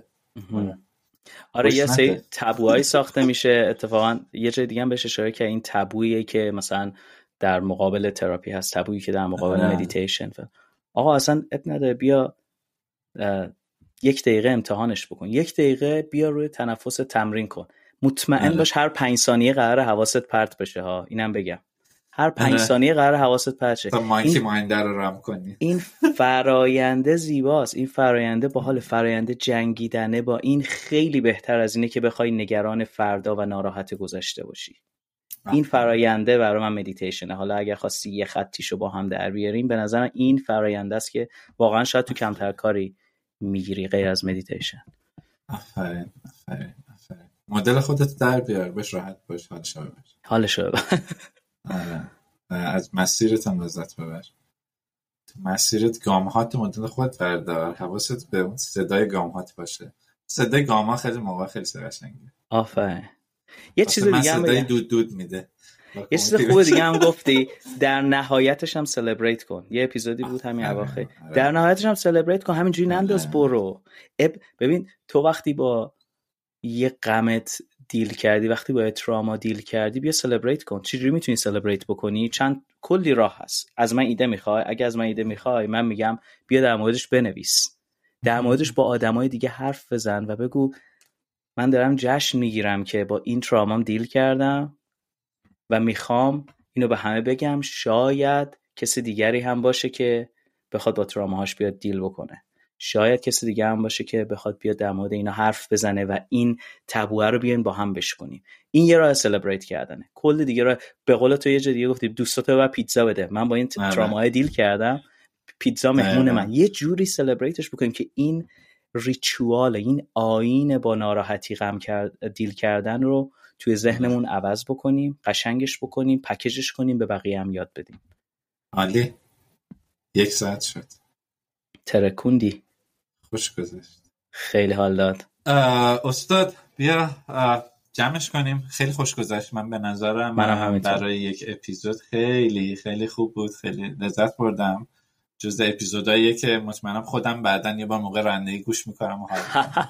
آره یه سری تابوهایی ساخته میشه. اتفاقا یه جای دیگه هم بهش اشاره که این تابویی که مثلا در مقابل تراپی هست، تابویی که در مقابل مدیتیشن. آقا اصلا اب نداره، بیا یک دقیقه امتحانش بکن، یک دقیقه بیا روی تنفس تمرین کن، مطمئن باش هر پنج ثانیه قراره حواست پرت بشه ها، اینم بگم هر پنج ثانیه قراره حواست پرت شه. تا مایکی مایندر رو رم کنی. این فراینده زیباست، این فراینده با حال فراینده جنگیدنه با این خیلی بهتر از اینه که بخوای نگران فردا و ناراحت گذشته باشی. این فراینده برای من مدیتیشنه. حالا اگر خواستی یه خطیشو با هم در بیاریم، به نظرم این فراینده است که واقعا شاید تو کمتر کاری میگیری غیر از مدیتیشن. آفرین آفرین آفرین. مدل خودت در بیار، باش راحت باش، حالش ببر حالش ببر. آره، از مسیرت هم لذت ببر. تو مسیرت گام‌هات مدل خودت بردار، حواست به اون صدای گام‌هات باشه. صدای گام‌ها خیلی موقع خیلی قشنگه. آفرین. یه چیز دیگه هم صدای دود دود میده. یه چیز خوبه دیگه هم گفتی، در نهایتش هم سلبریت کن. یه اپیزودی بود همین اواخر، در نهایتش هم سلبریت کن، همینجوری ننداز برو. ببین تو وقتی با یه غمت دیل کردی، وقتی با تراما دیل کردی، بیا سلبریت کن. چجوری میتونی سلبریت بکنی؟ چند کلی راه هست. از من ایده میخوای؟ اگه از من ایده میخوای، من میگم بیا در موردش بنویس، در موردش با آدمای دیگه حرف بزن و بگو من دارم جشن میگیرم که با این ترامام دیل کردم و میخوام اینو به همه بگم. شاید کسی دیگری هم باشه که بخواد با تراماهاش بیاد دیل بکنه، شاید کسی دیگه هم باشه که بخواد بیاد در مورد اینا حرف بزنه و این تابوه رو بیان با هم بشکنیم. این یه راه سلبریت کردنه. کل دیگه راه، به قول تو یه جا دیگه گفتی دوستاتو و پیتزا بده، من با این تراماهای دیل کردم، پیتزا مهمون من. یه جوری سلبریتش بکنیم که این ریچوال، این آیین با ناراحتی غم کرد دیل کردن رو توی ذهنمون عوض بکنیم، قشنگش بکنیم، پکیجش کنیم، به بقیه هم یاد بدیم. عالی. یک ساعت شد. ترکوندی. خوش گذشت. خیلی حال داد. استاد بیا جمعش کنیم. خیلی خوش گذشت. من به نظرم من برای یک اپیزود خیلی خیلی خوب بود. خیلی لذت بردم. جزء اپیزوداییه که مطمئنم خودم بعداً یه بار موقع رانندگی گوش میکنم و حال میکنم.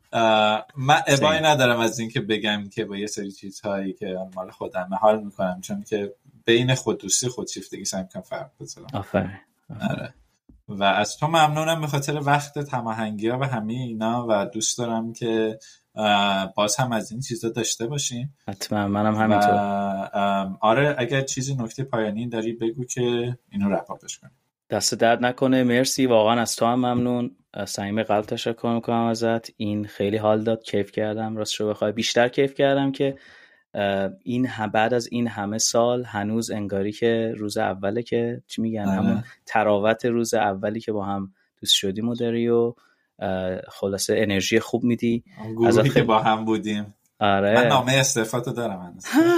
من ابایی ندارم از این که بگم که با یه سری چیزهایی که مال خودم حال میکنم، چون که بین خوددوستی و خودشیفتگی سعی میکنم فرق بذارم. آفرین. آره. و از تو ممنونم به خاطر وقتت، هماهنگی‌ها و همه اینا، و دوست دارم که باز هم از این چیزا داشته باشیم. حتما، منم همینطور. آره، اگر چیزی نکته پایانی داری بگو که اینو رپاپش کنیم. دست درد نکنه. مرسی واقعا، از تو هم ممنون. صمیم قلب تشکر میکنم ازت. این خیلی حال داد، کیف کردم. راستشو بخوای بیشتر کیف کردم که این بعد از این همه سال هنوز انگاری که روز اوله که چی میگن آه. همون تراوت روز اولی که با هم دوست شدیم و داری و خلاصه انرژی خوب میدی. از که با هم بودیم. آره. من نامه استعفاتو دارم.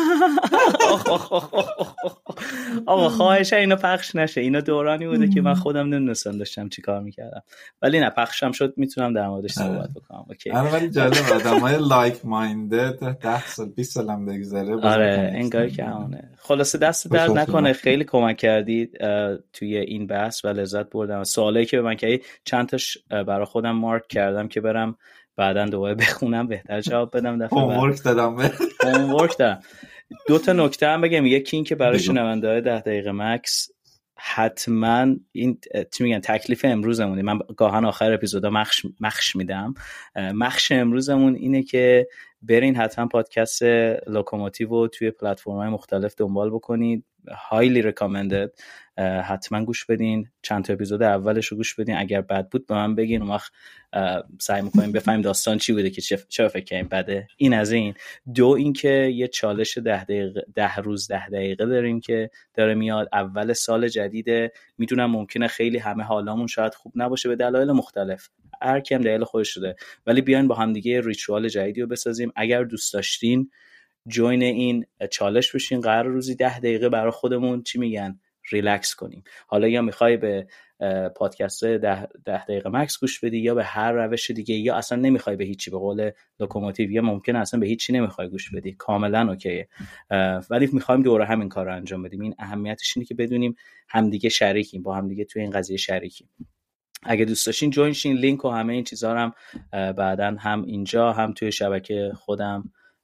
آقا خواهشه اینو پخش نشه. اینا دورانی بوده که من خودم نمیدونستم داشتم چی کار میکردم، ولی نه پخشم شد، میتونم در موردش صحبت بکنم. اوکی. آره ولی جالب، آدمای لایک مایندد ده سال بیست سال هم بگذره. آره انگاری که همونه. خلاصه دست درد نکنه، خیلی کمک کردید توی این بحث و لذت بردم. سوالایی که به من کردی چند تاش برای خودم مارک کردم که برم بعدن دوباره بخونم، بهتر جواب بدم. دفعه بعد هومورک دادم. هومورک دادم. دو تا نکته هم بگم. یکی این که برای شنونده‌های ده دقیقه مکس حتما این چی میگن تکلیف امروزمون، من گاهن آخر اپیزودا مخش مخش میدم، مخش امروزمون اینه که برین حتما پادکست لوکوموتیو رو توی پلتفرم‌های مختلف دنبال بکنید. highly recommended. حتما گوش بدین. چند تا اپیزود اولش رو گوش بدین. اگر بد بود به من بگین، اون وقت سعی می‌کنیم بفهمیم داستان چی بوده که چرا فکر کنیم بده. این از این. دو اینکه یه چالش ده دقیقه ده روز ده دقیقه داریم که داره میاد. اول سال جدیده. میدونم ممکنه خیلی همه حالامون شاید خوب نباشه به دلایل مختلف، هر کیم دلیل خودش شده، ولی بیاین با هم دیگه ریچوال جدیدی رو بسازیم. اگر دوست داشتین جوین این چالش بشین. قرار روزی ده دقیقه برای خودمون چی میگن ریلکس کنیم. حالا یا میخوای به پادکست ده, ده دقیقه مکس گوش بدی یا به هر روش دیگه، یا اصلا نمیخوای به هیچی، به قول لوکوموتیو یا ممکنه اصلا به هیچی نمیخوای گوش بدی، کاملا اوکیه. ولی میخوایم دوره همین کار رو انجام بدیم. این اهمیتش اینه که بدونیم همدیگه شریکیم، با همدیگه توی این قضیه شریکیم. اگه دوست داشتین جوین شین. لینک و همه این چیزا رو هم بعدن هم اینجا هم توی شبکه خودم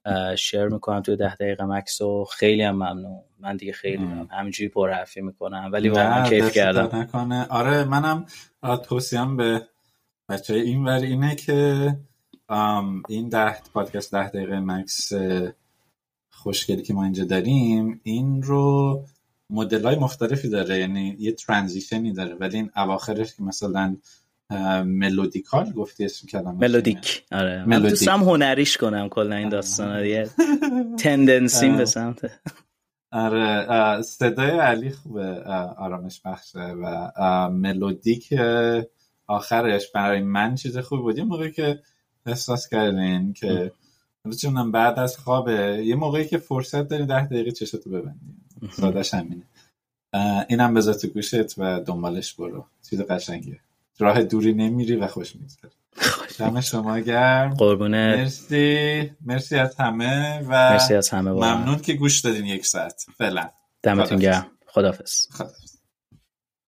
شیر میکنم توی ده دقیقه مکس و خیلی هم ممنون. من دیگه خیلی هم همینجوری پر حرفی میکنم ولی واقعا کیف کردم. نکنه. آره منم توصیه‌ام به بچه‌های اینور اینه که این ده پادکست ده دقیقه مکس خوشگلی که ما اینجا داریم این رو مدل‌های مختلفی داره، یعنی یه ترانزیشنی داره، ولی این اواخرش که مثلا ملودیکال گفتی اسم کلمه ملودیک. آره من دوستم هنریش کنم کلا این داستانا دیگه تندنسیم به سمت. آره صدای علی خوبه، آرامش بخشه و ملودیک آخرش برای من چیز خوبی بود. یه موقعی که احساس کردین که چونم بعد از خوابه یه موقعی که فرصت داری ده دقیقه چشتو ببندی، ساده‌ش همینه. اینم بذار تو گوشت و دنبالش برو، چیز قشنگیه، راه دوری نمیری و خوش میگذره. دم شما گرم، قربونه. مرسی مرسی از همه و مرسی از همه. ممنون که گوش دادین یک ساعت. فعلا دمتون گرم. خداحافظ. خداحافظ.